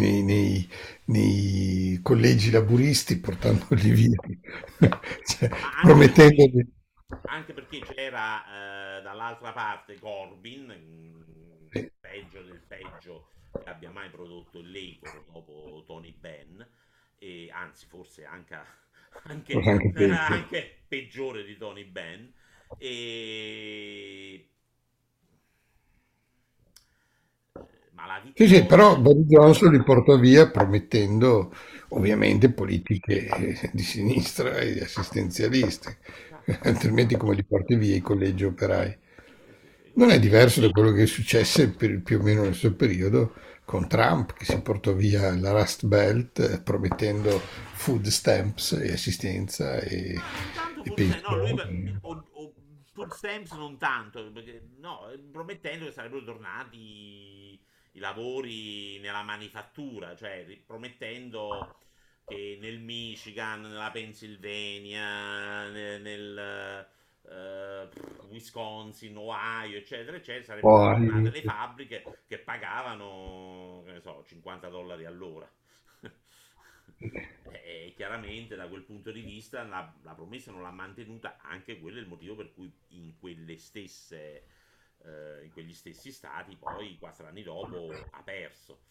nei collegi laburisti portandoli via, cioè, ma promettendogli. anche perché c'era dall'altra parte Corbyn, peggio del peggio che abbia mai prodotto il Labour dopo Tony Benn, e anzi forse Forse anche peggio. anche peggiore di Tony Benn. E... ma la Sì, sì, però vittoria... Boris Johnson li portò via promettendo ovviamente politiche di sinistra e assistenzialiste, Esatto. altrimenti come li porti via i collegi operai? Sì, sì, sì, sì. Non è diverso da quello che successe più o meno nel suo periodo con Trump, che si portò via la Rust Belt promettendo food stamps e assistenza Ma non tanto e food stamps, no, lui pensioni. o food stamps non tanto, perché, no, promettendo che sarebbero tornati i lavori nella manifattura, cioè promettendo che nel Michigan, nella Pennsylvania, nel Wisconsin, Ohio, eccetera, eccetera, sarebbero tornate Poi, le fabbriche che pagavano, che ne so, $50 all'ora. E chiaramente da quel punto di vista la promessa non l'ha mantenuta, anche quello è il motivo per cui in quegli stessi stati poi 4 anni dopo ha perso.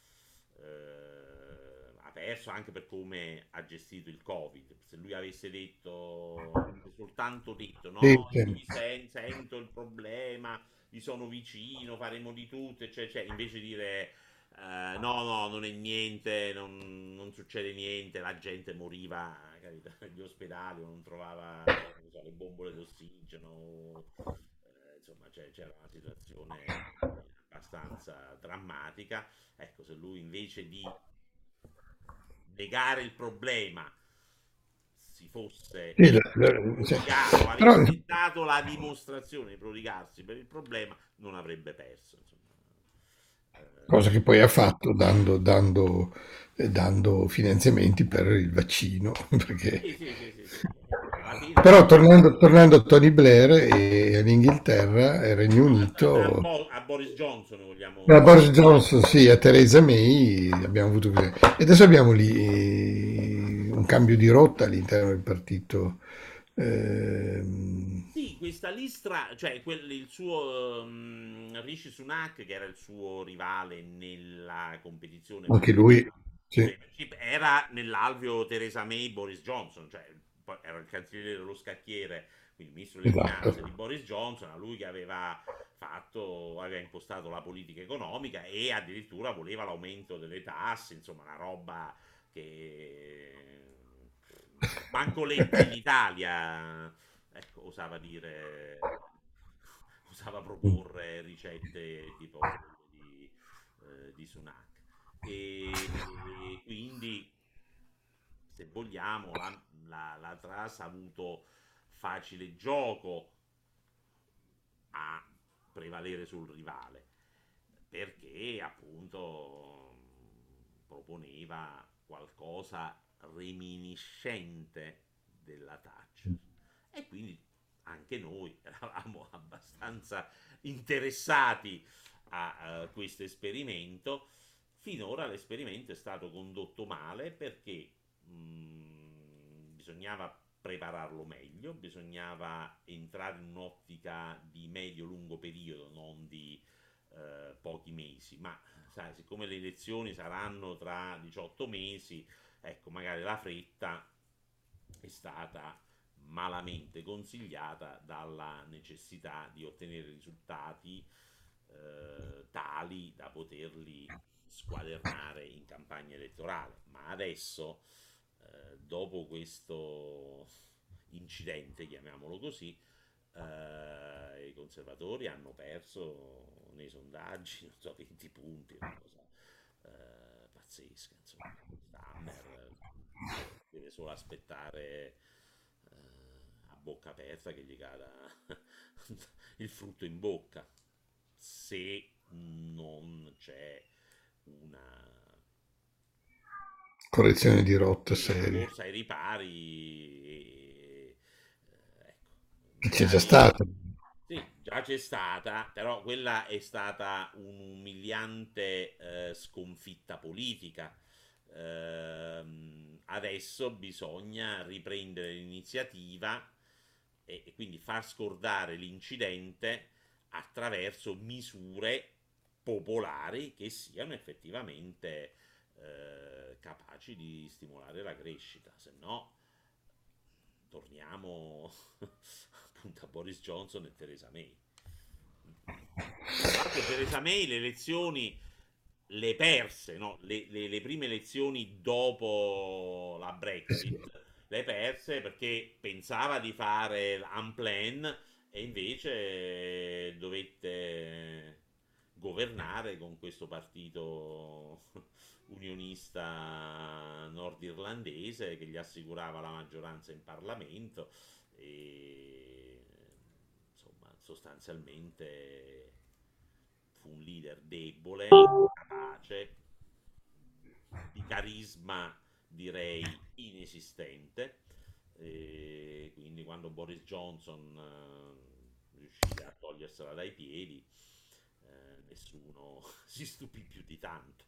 Ha perso anche per come ha gestito il Covid. Se lui avesse soltanto detto sì, no, io sì. sento il problema, vi sono vicino, faremo di tutto, invece di dire no, no, non è niente, non succede niente, la gente moriva, capito, negli ospedali, non trovava, non so, le bombole d'ossigeno, insomma c'era una situazione abbastanza drammatica. Ecco, se lui invece di negare il problema si fosse Sì, sì. prodigato, Però avesse dato la dimostrazione di prodigarsi per il problema, non avrebbe perso, insomma. cosa che poi ha fatto dando finanziamenti per il vaccino, perché... Sì, sì, sì, sì, sì. Alla fine, Però tornando a Tony Blair e all'Inghilterra e al Regno no, Unito, a Boris Johnson a vogliamo... Boris Johnson sì, a Theresa May abbiamo avuto così. E adesso abbiamo lì un cambio di rotta all'interno del partito. Ehm, Sì, questa Listra, cioè il suo Rishi Sunak, che era il suo rivale nella competizione per Anche il lui, sì, premiership, era nell'alveo Theresa May Boris Johnson, cioè poi era il cancelliere dello scacchiere, quindi il ministro delle esatto. finanze di Boris Johnson, a lui che aveva impostato la politica economica e addirittura voleva l'aumento delle tasse, insomma, una roba che manco Letta in Italia, ecco, osava proporre ricette tipo quelle di Sunak. E quindi, se vogliamo, la Tras ha avuto facile gioco a prevalere sul rivale, perché appunto proponeva qualcosa reminiscente della Thatcher. E quindi anche noi eravamo abbastanza interessati a questo esperimento. Finora l'esperimento è stato condotto male perché bisognava prepararlo meglio, bisognava entrare in un'ottica di medio-lungo periodo, non di pochi mesi, ma sai, siccome le elezioni saranno tra 18 mesi, ecco, magari la fretta è stata malamente consigliata dalla necessità di ottenere risultati tali da poterli squadernare in campagna elettorale. Ma adesso, dopo questo incidente, chiamiamolo così, i conservatori hanno perso nei sondaggi, non so, 20 punti, una cosa pazzesca, insomma. Stammer deve solo aspettare a bocca aperta che gli cada il frutto in bocca, se non c'è una, Correzione di rotta sì, una seria. corsa ai ripari. Ecco, Che c'è già magari stata. sì, già c'è stata, però quella è stata un'umiliante sconfitta politica. Adesso bisogna riprendere l'iniziativa e quindi far scordare l'incidente attraverso misure popolari che siano effettivamente capaci di stimolare la crescita, se no torniamo appunto a Boris Johnson e Theresa May. Tra l'altro Theresa May le elezioni le perse, no? Le prime elezioni dopo la Sì. Brexit le perse perché pensava di fare l'unplan e invece dovette governare con questo partito unionista nordirlandese che gli assicurava la maggioranza in Parlamento e insomma sostanzialmente fu un leader debole, incapace, di carisma direi inesistente. E quindi quando Boris Johnson riuscì a togliersela dai piedi, nessuno si stupì più di tanto.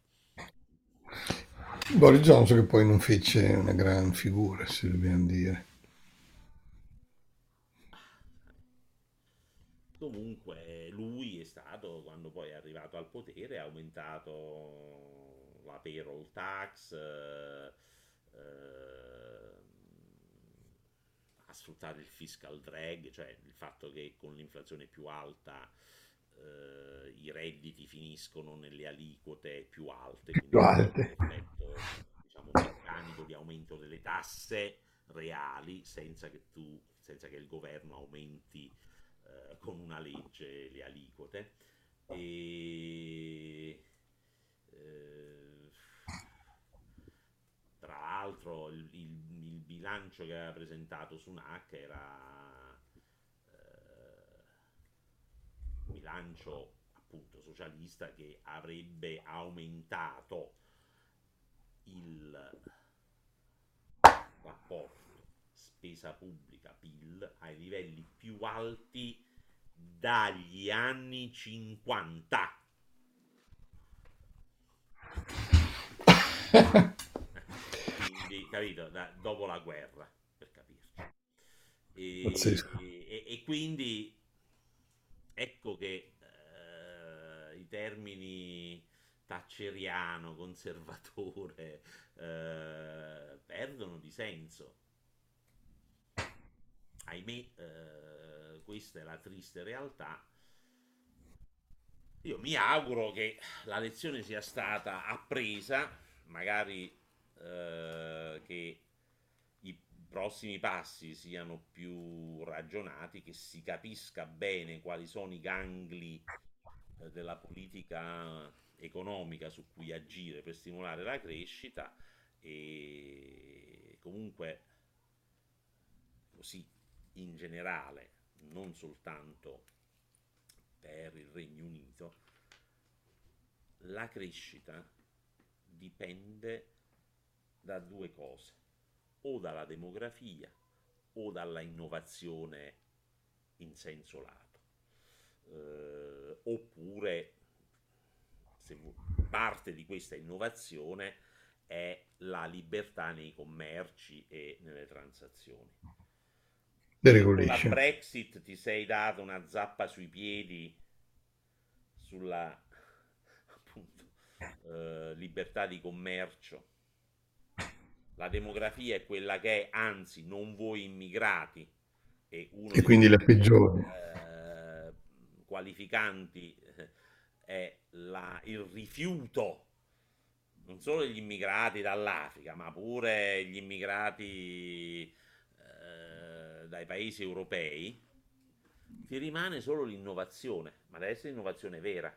Boris Johnson che poi non fece una gran figura, se dobbiamo dire. Comunque lui è stato, quando poi è arrivato al potere, ha aumentato la payroll tax, ha sfruttato il fiscal drag, cioè il fatto che con l'inflazione più alta i redditi finiscono nelle aliquote più alte, quindi Più c'è alte. un effetto diciamo meccanico di aumento delle tasse reali senza che il governo aumenti con una legge le aliquote e eh, tra l'altro il bilancio che aveva presentato Sunak era un bilancio appunto socialista che avrebbe aumentato il rapporto spesa pubblica PIL ai livelli più alti dagli anni 50. Quindi, capito, dopo la guerra, per capirci. Pazzesco. E quindi ecco che i termini thatcheriano, conservatore, perdono di senso. Ahimè, questa è la triste realtà. Io mi auguro che la lezione sia stata appresa, magari che i prossimi passi siano più ragionati, che si capisca bene quali sono i gangli della politica economica su cui agire per stimolare la crescita e comunque così in generale, non soltanto per il Regno Unito, la crescita dipende da due cose, o dalla demografia o dalla innovazione in senso lato. Oppure se parte di questa innovazione è la libertà nei commerci e nelle transazioni. Se con la Deregolisce. Brexit ti sei dato una zappa sui piedi sulla appunto, libertà di commercio, la demografia è quella che è, anzi non vuoi immigrati e uno E dei quindi la tuoi peggiore. qualificanti è il rifiuto non solo degli immigrati dall'Africa, ma pure gli immigrati dai paesi europei, ti rimane solo l'innovazione, ma deve essere innovazione vera.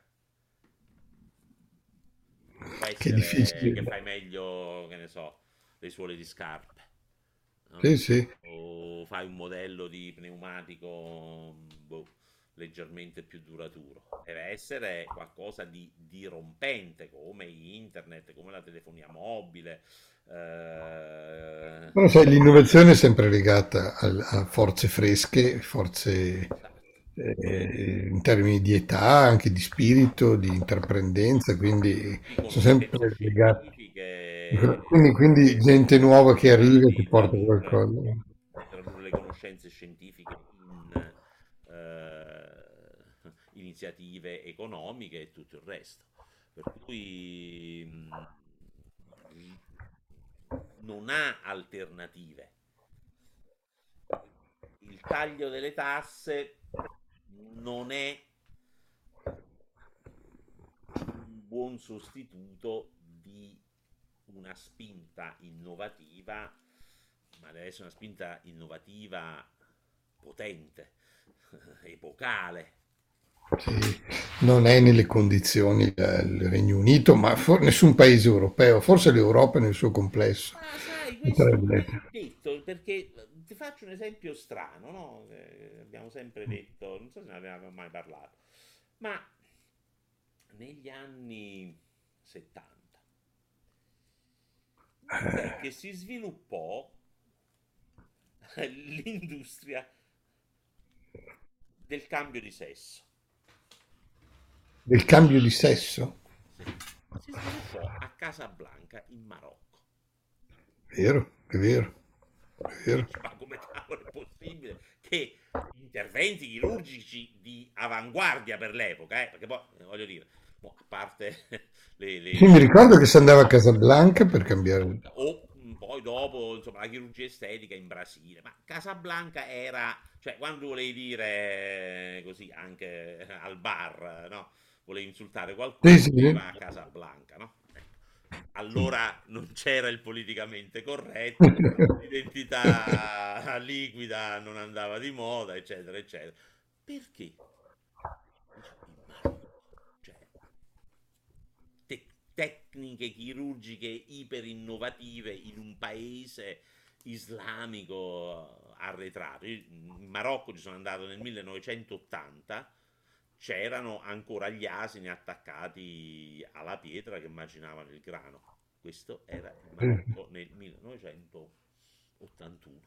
Non può Che essere che difficile. fai meglio, che ne so, le suole di scarpe, no? Sì, sì. O fai un modello di pneumatico boh, leggermente più duraturo. Deve essere qualcosa di dirompente, come internet, come la telefonia mobile. Eh, Però sai, l'innovazione è sempre legata a forze fresche, forze esatto. in termini di età, anche di spirito, di intraprendenza, quindi Di sono conoscenze sempre legati. scientifiche Quindi gente nuova che arriva e ti di porta qualcosa. tradurre le conoscenze scientifiche in iniziative economiche e tutto il resto. Per cui non ha alternative. Il taglio delle tasse non è un buon sostituto di una spinta innovativa, ma deve essere una spinta innovativa potente, epocale. Sì, non è nelle condizioni il Regno Unito, ma nessun paese europeo, forse l'Europa nel suo complesso. Ma sai, questo non Potrebbe. è detto perché ti faccio un esempio strano, no? Abbiamo sempre detto, non so se ne abbiamo mai parlato, ma negli anni 70 dov'è che si sviluppò l'industria del cambio di sesso? Del cambio di sesso, Sì, si sviluppò a Casablanca in Marocco. vero, è vero, è vero. Dici, ma come cavolo è possibile che interventi chirurgici di avanguardia per l'epoca, perché poi voglio dire, boh, a parte Sì, mi ricordo che si andava a Casablanca per cambiare. o poi dopo insomma la chirurgia estetica in Brasile, ma Casablanca era, cioè quando volevi dire così anche al bar, no? Volevi insultare Sì, qualcuno, sì. va a Casablanca, no? Ecco. Allora non c'era il politicamente corretto, l'identità liquida non andava di moda, eccetera, eccetera. Perché? Dice, in Marocco, cioè tecniche chirurgiche iper innovative in un paese islamico arretrato. Io in Marocco ci sono andato nel 1980, c'erano ancora gli asini attaccati alla pietra che macinavano il grano. Questo era il Marocco nel 1981.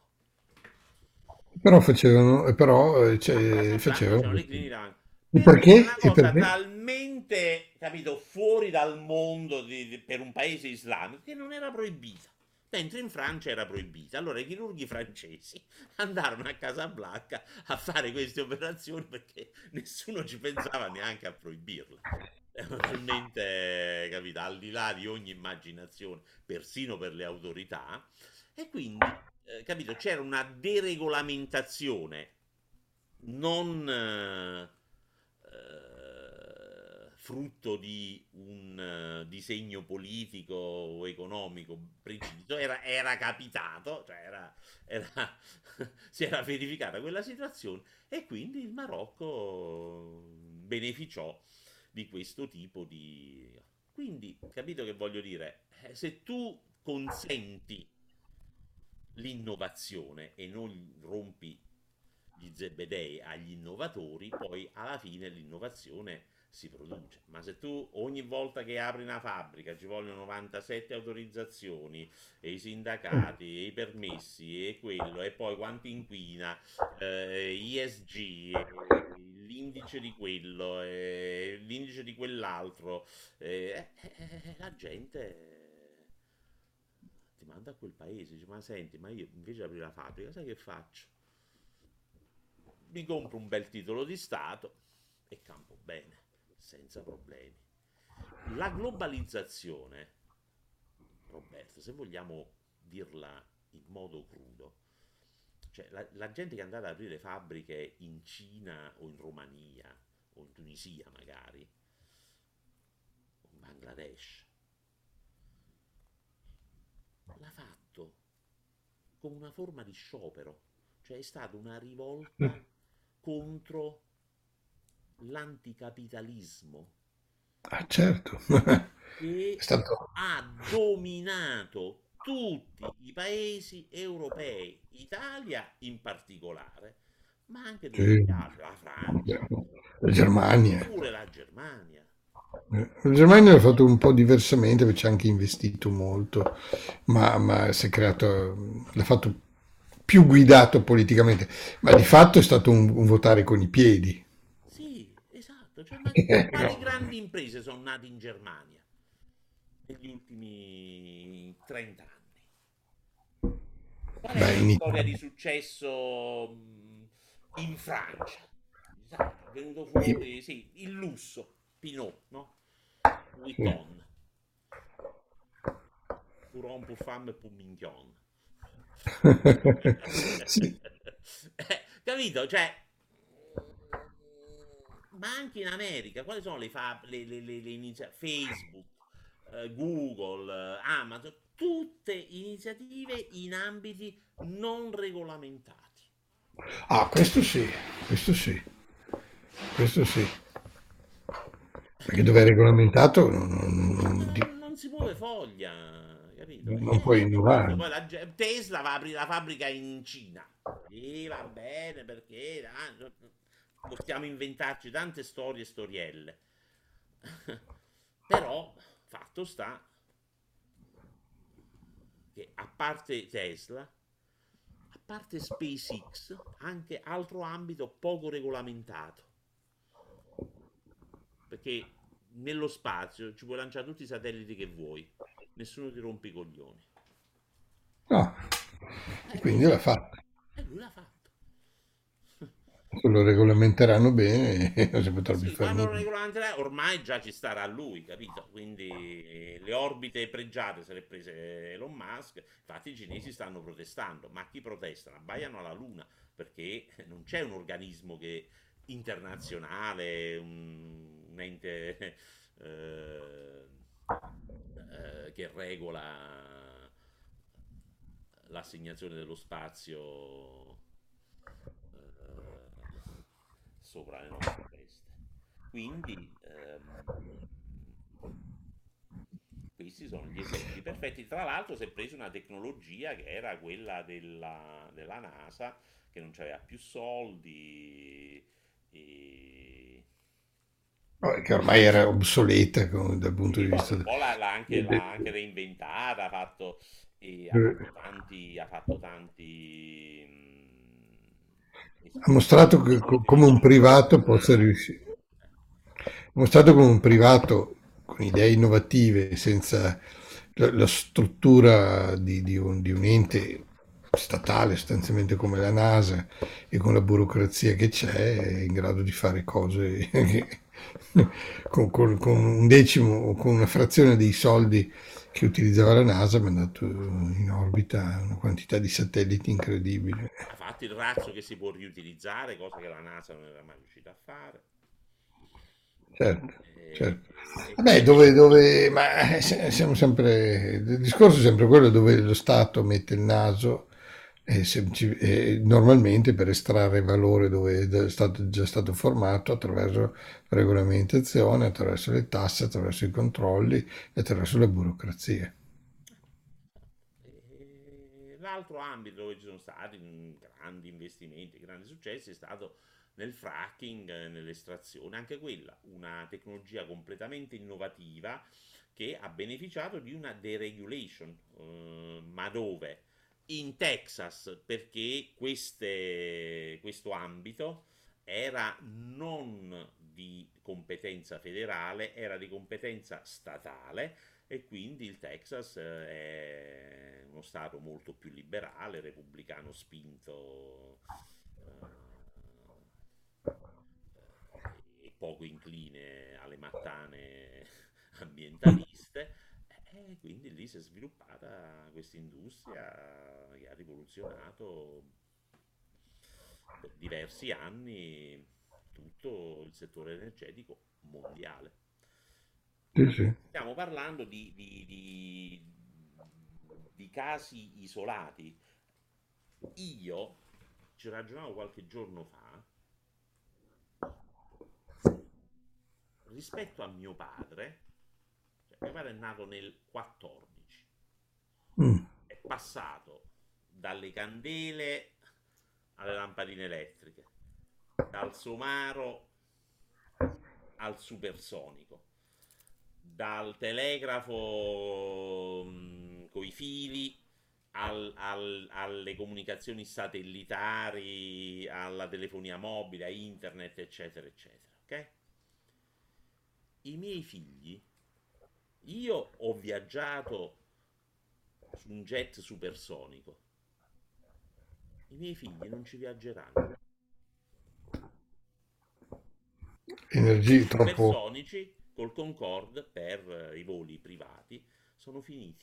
Facevano Facevano. le cliniche davanti. E Perché era perché? una E cosa perché? talmente, capito, fuori dal mondo per un paese islamico che non era proibita. Mentre in Francia era proibita. Allora i chirurghi francesi andarono a Casablanca a fare queste operazioni perché nessuno ci pensava neanche a proibirle. Erano talmente, capito, al di là di ogni immaginazione, persino per le autorità, e quindi, capito, c'era una deregolamentazione non frutto di un disegno politico o economico preciso, era capitato, cioè si era verificata quella situazione e quindi il Marocco beneficiò di questo tipo di... Quindi, capito che voglio dire? Se tu consenti l'innovazione e non rompi gli zebedei agli innovatori, poi alla fine l'innovazione si produce. Ma se tu ogni volta che apri una fabbrica ci vogliono 97 autorizzazioni, e i sindacati, e i permessi, e quello, e poi quanto inquina, ISG, l'indice di quello, l'indice di quell'altro, la gente ti manda a quel paese, dice, ma senti, ma io invece di aprire la fabbrica, sai che faccio? Mi compro un bel titolo di Stato e campo bene, senza problemi. La globalizzazione, Roberto, se vogliamo dirla in modo crudo, cioè la gente che è andata ad aprire fabbriche in Cina o in Romania o in Tunisia magari, o in Bangladesh, l'ha fatto con una forma di sciopero, cioè è stata una rivolta contro l'anticapitalismo Ah, certo. È che stato... ha dominato tutti i paesi europei, Italia in particolare, ma anche tutti Sì. gli altri, la Francia, La Germania. pure la Germania. La Germania l'ha fatto un po' diversamente perché ci ha anche investito molto, ma si è creato, l'ha fatto più guidato politicamente, ma di fatto è stato un votare con i piedi. Sì, esatto, cioè, ma quali grandi imprese sono nate in Germania negli ultimi 30 anni? Qual è Beh, la in storia di Italia. successo in Francia? Sai, è venuto i- fuori, sì, il lusso, Pinot, no? sì. Vuitton, pour homme, pour femme, pour mignon. Sì. Capito? Cioè, ma anche in America, quali sono le Facebook, Google, Amazon, tutte iniziative in ambiti non regolamentati. Ah, questo sì, questo sì, perché dove è regolamentato Non si muove foglia, capito? non puoi Per questo innovare. poi Tesla va a aprire la fabbrica in Cina. E va bene perché possiamo inventarci tante storie e storielle. Però fatto sta che a parte Tesla, a parte SpaceX, anche altro ambito poco regolamentato. Perché nello spazio ci puoi lanciare tutti i satelliti che vuoi, nessuno ti rompe i coglioni. No, e È quindi così. l'ha fatta. E lui l'ha fatto. Se lo regolamenteranno bene non si potrà più Sì, fare quando lo niente. regolamenterà ormai già ci starà lui, capito? Quindi le orbite pregiate se le è prese Elon Musk, infatti i cinesi stanno protestando, ma chi protestano? Abbaiano alla Luna, perché non c'è un organismo che internazionale, un ente che regola l'assegnazione dello spazio sopra le nostre teste. Quindi questi sono gli esempi perfetti. Tra l'altro si è presa una tecnologia che era quella della NASA, che non aveva più soldi, e No, che ormai era obsoleta dal punto sì, di poi vista un po' l'ha anche de- reinventata, de- ha fatto tanti ha mostrato che esperimenti come un privato possa laboratoriali. riuscire. Ha mostrato come un privato con idee innovative, senza la struttura di un ente statale, sostanzialmente come la NASA, e con la burocrazia che c'è, è in grado di fare cose che con un decimo o con una frazione dei soldi che utilizzava la NASA, ha mandato in orbita una quantità di satelliti incredibile. Ha fatto il razzo che si può riutilizzare, cosa che la NASA non era mai riuscita a fare. Certo, E, certo. e Vabbè, quindi ma siamo sempre, il discorso è sempre quello dove lo Stato mette il naso normalmente per estrarre valore dove è stato, già stato formato attraverso regolamentazione, attraverso le tasse, attraverso i controlli e attraverso la burocrazia. l'altro ambito dove ci sono stati grandi investimenti, grandi successi è stato nel fracking, nell'estrazione, anche quella una tecnologia completamente innovativa che ha beneficiato di una deregulation, ma dove? In Texas, perché questo ambito era non di competenza federale, era di competenza statale e quindi il Texas è uno stato molto più liberale, repubblicano spinto e poco incline alle mattane ambientaliste. E quindi lì si è sviluppata questa industria che ha rivoluzionato per diversi anni tutto il settore energetico mondiale. Sì, sì. Stiamo parlando di casi isolati. Io ci ragionavo qualche giorno fa rispetto a mio padre. Cioè, mio padre è nato nel 14, Mm. è passato dalle candele alle lampadine elettriche, dal somaro al supersonico, dal telegrafo con i fili alle comunicazioni satellitari, alla telefonia mobile, a internet, eccetera, eccetera. Ok? I miei figli, io ho viaggiato su un jet supersonico, i miei figli non ci viaggeranno. I Energie troppo... supersonici col Concorde per i voli privati sono finiti.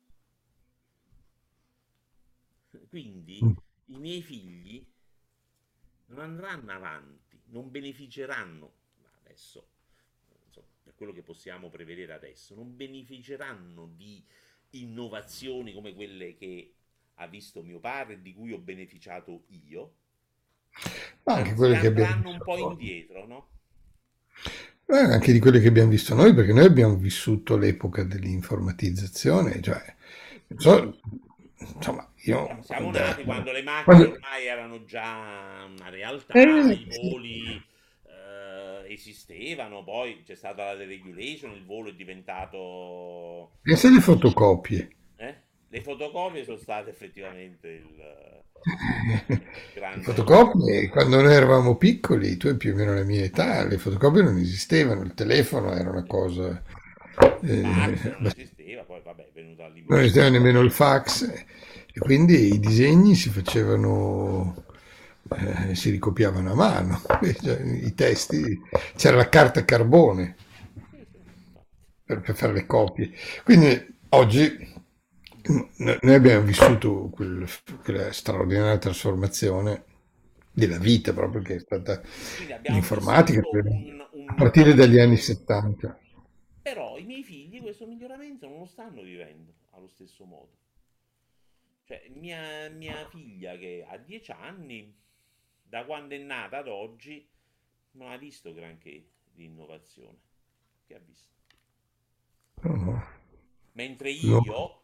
Quindi Mm. i miei figli non andranno avanti, non beneficeranno adesso, insomma, per quello che possiamo prevedere adesso, non beneficeranno di innovazioni come quelle che ha visto mio padre e di cui ho beneficiato io, Ma anche anzi quelle che abbiamo andranno un visto po' noi. indietro, no? Anche di quelle che abbiamo visto noi, perché noi abbiamo vissuto l'epoca dell'informatizzazione, cioè, Sì, non sì. so, insomma, io Siamo nati quando le macchine quando- ormai erano già una realtà, i eh, voli esistevano, poi c'è stata la deregulation, il volo è diventato... pensa alle fotocopie. Le fotocopie sono state effettivamente il Le grande... fotocopie, quando noi eravamo piccoli, tu hai più o meno la mia età, le fotocopie non esistevano, il telefono era una cosa... Il fax non beh, esisteva, poi vabbè è venuta non esisteva l'invenzione. nemmeno il fax e quindi i disegni si facevano, si ricopiavano a mano, cioè, i testi, c'era la carta carbone Sì, sì, infatti. per fare le copie. Quindi oggi noi abbiamo vissuto quella straordinaria trasformazione della vita proprio che è stata Quindi abbiamo l'informatica vissuto un a partire dagli anni miglioramento. 70. Però i miei figli questo miglioramento non lo stanno vivendo allo stesso modo. Cioè, mia figlia che ha 10 anni, da quando è nata ad oggi, non ha visto granché di innovazione. Che ha visto? No, no, Mentre no. io,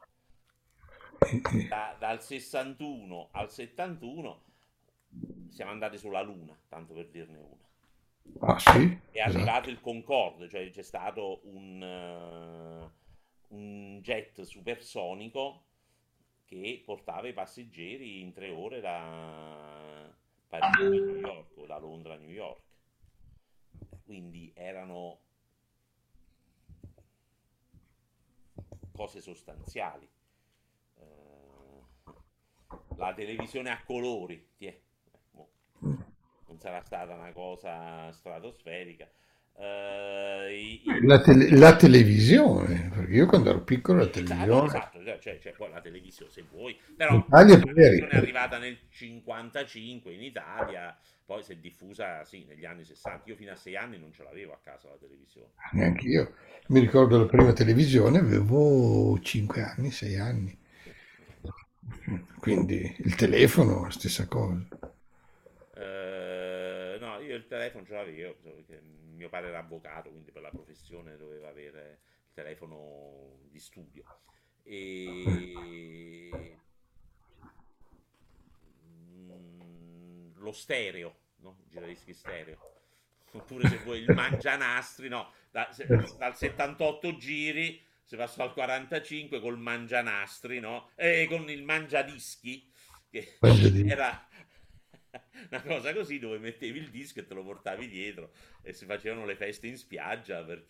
dal 61 al 71, siamo andati sulla Luna, tanto per dirne una. Ah sì, È arrivato esatto. il Concorde, cioè c'è stato un jet supersonico che portava i passeggeri in 3 ore da Parigi a New York o da Londra a New York. Quindi erano cose sostanziali. La televisione a colori, mo, non sarà stata una cosa stratosferica. La televisione, perché io quando ero piccolo la No, televisione esatto, c'è poi la televisione se vuoi, in però Italia la poi televisione è arrivata nel 55 in Italia, poi si è diffusa sì negli anni 60. Io fino a 6 anni non ce l'avevo a casa la televisione. neanche io. Mi ricordo la prima televisione, avevo 5 anni, 6 anni. Quindi il telefono, stessa cosa. No, io il telefono ce l'avevo, perché mio padre era avvocato, quindi per la professione doveva avere il telefono di studio. E lo stereo, no? Il giradischi stereo. Oppure se vuoi il mangianastri, no? Dal 78 giri si passò al 45 col mangianastri, no? E con il mangiadischi, che Voglio dire. era una cosa così dove mettevi il disco e te lo portavi dietro e si facevano le feste in spiaggia perché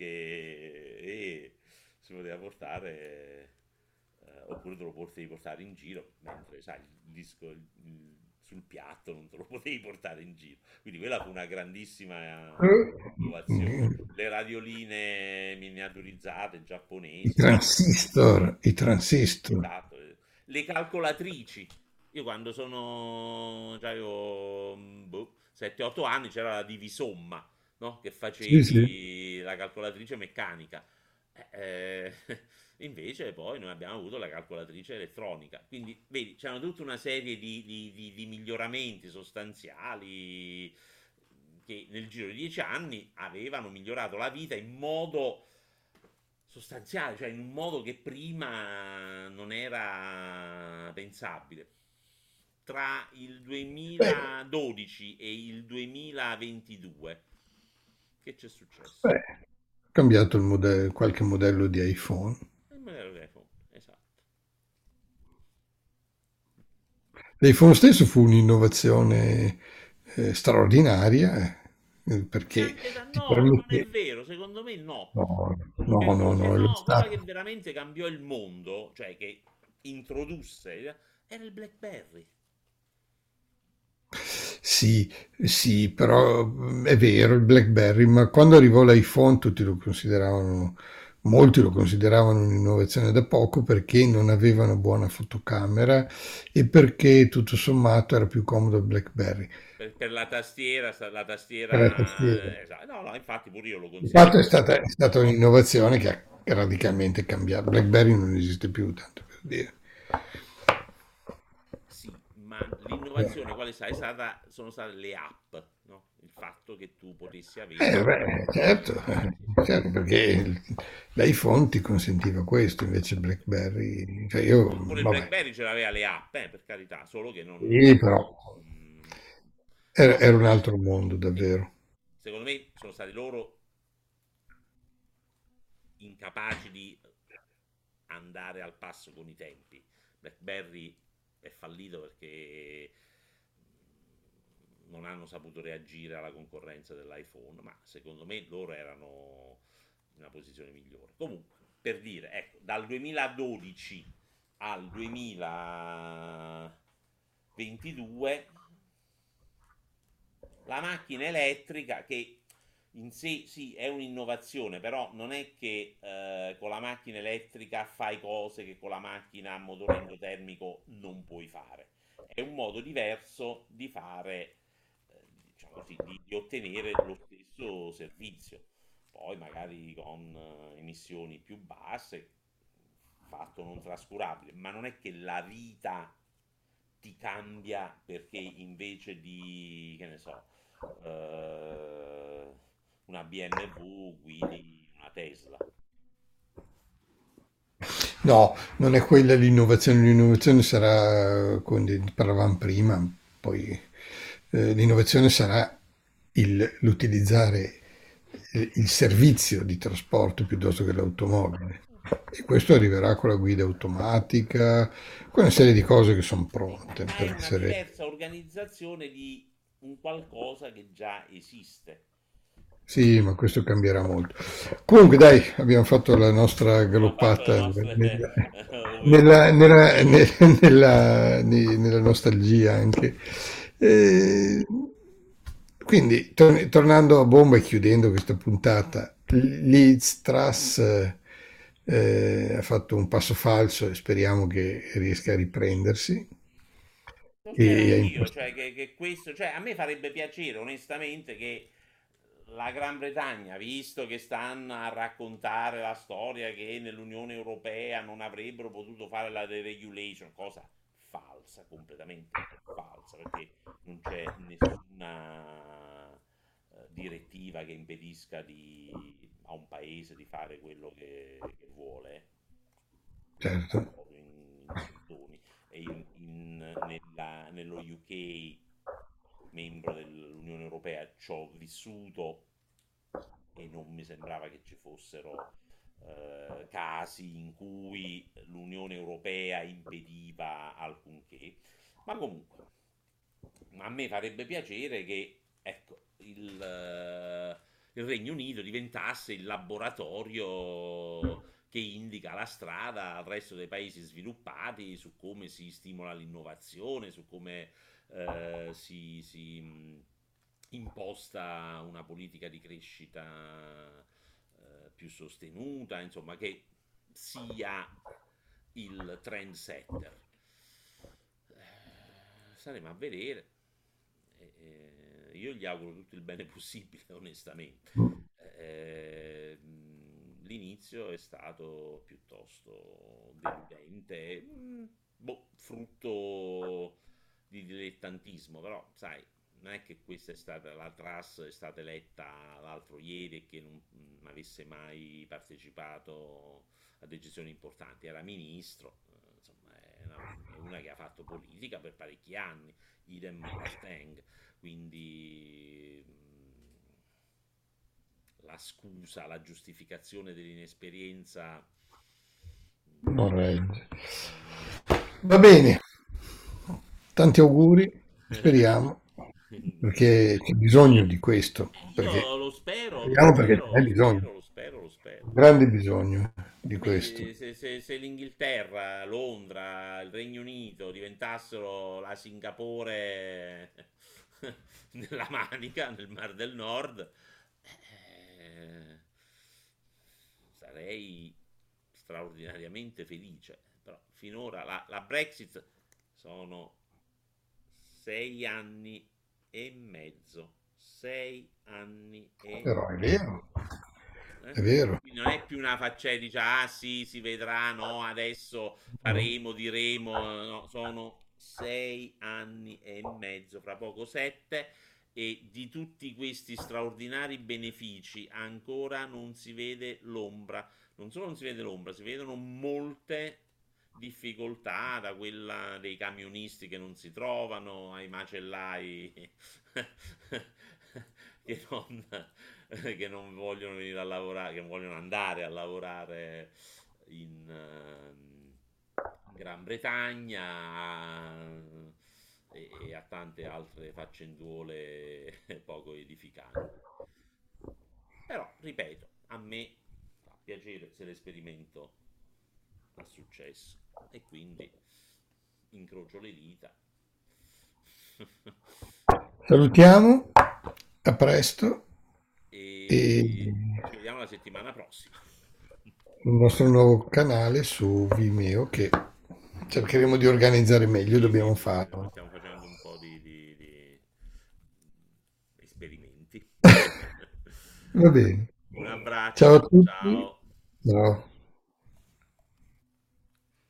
si poteva portare, oppure te lo potevi portare in giro, mentre sai, il disco sul piatto non te lo potevi portare in giro. Quindi quella fu una grandissima innovazione. Le radioline miniaturizzate giapponesi, I transistor. esatto, le calcolatrici. Io quando sono, già avevo 7-8 anni, c'era la divisomma, no? Che Sì, sì. facevi la calcolatrice meccanica. Eh, invece poi noi abbiamo avuto la calcolatrice elettronica. Quindi, vedi, c'erano tutta una serie di miglioramenti sostanziali che nel giro di 10 anni avevano migliorato la vita in modo sostanziale, cioè in un modo che prima non era pensabile. Tra il Beh, 2012 e il 2022, che c'è successo? beh, ho cambiato qualche modello di iPhone. Il modello di iPhone, esatto. L'iPhone stesso fu un'innovazione straordinaria, perché Neanche da ti no, non è permette... vero, secondo me no. No, no, Perché no, no, lo no, quella che Stato. veramente cambiò il mondo, cioè che introdusse, era il BlackBerry. Sì, sì, però è vero il BlackBerry, ma quando arrivò l'iPhone molti lo consideravano un'innovazione da poco perché non aveva una buona fotocamera e perché tutto sommato era più comodo il BlackBerry. Per la Per la tastiera. tastiera, esatto. No, no, infatti pure io lo Di fatto considero. è stata un'innovazione che ha radicalmente cambiato. BlackBerry non esiste più, tanto per dire. Sì, ma l'innovazione quale sai, sono state le app, no? Il fatto che tu potessi avere Beh, certo, certo, perché l'iPhone ti consentiva questo, invece BlackBerry, cioè io, pure il vabbè, BlackBerry ce l'aveva le app, per carità, solo che sì, però mm, era un altro mondo davvero. secondo me sono stati loro incapaci di andare al passo con i tempi. BlackBerry è fallito perché non hanno saputo reagire alla concorrenza dell'iPhone, ma secondo me loro erano in una posizione migliore. Comunque, per dire, ecco, dal 2012 al 2022 la macchina elettrica che in sé sì è un'innovazione, però non è che con la macchina elettrica fai cose che con la macchina a motore endotermico non puoi fare. È un modo diverso di fare, diciamo così, di ottenere lo stesso servizio. Poi magari con emissioni più basse, fatto non trascurabile, ma non è che la vita ti cambia perché invece di, che ne so, eh, una BMW guidi una Tesla. No, non è quella l'innovazione sarà, come parlavamo prima, poi l'innovazione sarà l'utilizzare il servizio di trasporto piuttosto che l'automobile. E questo arriverà con la guida automatica, con una serie di cose che sono pronte Ma è per una essere... diversa organizzazione di un qualcosa che già esiste. Sì, ma questo cambierà molto. Comunque, dai, abbiamo fatto la nostra Abbiamo fatto le galoppata nostre nella, overview. nella- nella nostalgia anche. Eh, quindi, tornando a bomba e chiudendo questa puntata, Liz Truss ha fatto un passo falso e speriamo che riesca a riprendersi. Lo spero E ha anch'io, impostato. cioè che questo, cioè a me farebbe piacere onestamente che la Gran Bretagna, visto che stanno a raccontare la storia che nell'Unione Europea non avrebbero potuto fare la deregulation, cosa falsa, completamente falsa, perché non c'è nessuna direttiva che impedisca a un paese di fare quello che vuole, Certo. proprio in soldoni. E nello UK, membro dell'Unione Europea ci ho vissuto e non mi sembrava che ci fossero casi in cui l'Unione Europea impediva alcunché. Ma comunque, a me farebbe piacere che, ecco, il Regno Unito diventasse il laboratorio che indica la strada al resto dei paesi sviluppati su come si stimola l'innovazione, su come si imposta una politica di crescita più sostenuta, insomma, che sia il trendsetter. Staremo a vedere. Io gli auguro tutto il bene possibile, onestamente. Eh, L'inizio è stato piuttosto deludente, boh, frutto di dilettantismo, però sai, non è che questa è stata la Truss è stata eletta l'altro ieri e che non avesse mai partecipato a decisioni importanti, era ministro, insomma è una che ha fatto politica per parecchi anni, idem Mustang, quindi la scusa, la giustificazione dell'inesperienza Non regge. non... Va bene, tanti auguri, speriamo, perché c'è bisogno di questo, perché Io lo speriamo perché ce spero, n'è lo bisogno, spero, lo spero, lo spero. grande bisogno di questo. Beh, se l'Inghilterra, Londra, il Regno Unito diventassero la Singapore nella Manica, nel Mar del Nord, eh, sarei straordinariamente felice. Però finora la Brexit sono 6 anni e mezzo. 6 anni e Però è mezzo. vero, è vero. Quindi non è più una faccenda, dice, ah sì, si vedrà, no, adesso faremo, diremo, no, sono 6 anni e mezzo, fra poco 7, e di tutti questi straordinari benefici ancora non si vede l'ombra. Non solo non si vede l'ombra, si vedono molte difficoltà, da quella dei camionisti che non si trovano, ai macellai che non, che non vogliono venire a lavorare, che vogliono andare a lavorare in Gran Bretagna e a tante altre faccenduole poco edificanti. Però, ripeto, a me fa piacere se l'esperimento ha successo e quindi incrocio le dita. Salutiamo, a presto e E ci vediamo la settimana prossima. il nostro nuovo canale su Vimeo che cercheremo di organizzare meglio, Sì, sì, dobbiamo sì, farlo. stiamo facendo un po' di esperimenti. Va bene. Un Ciao a abbraccio, tutti. ciao. Ciao.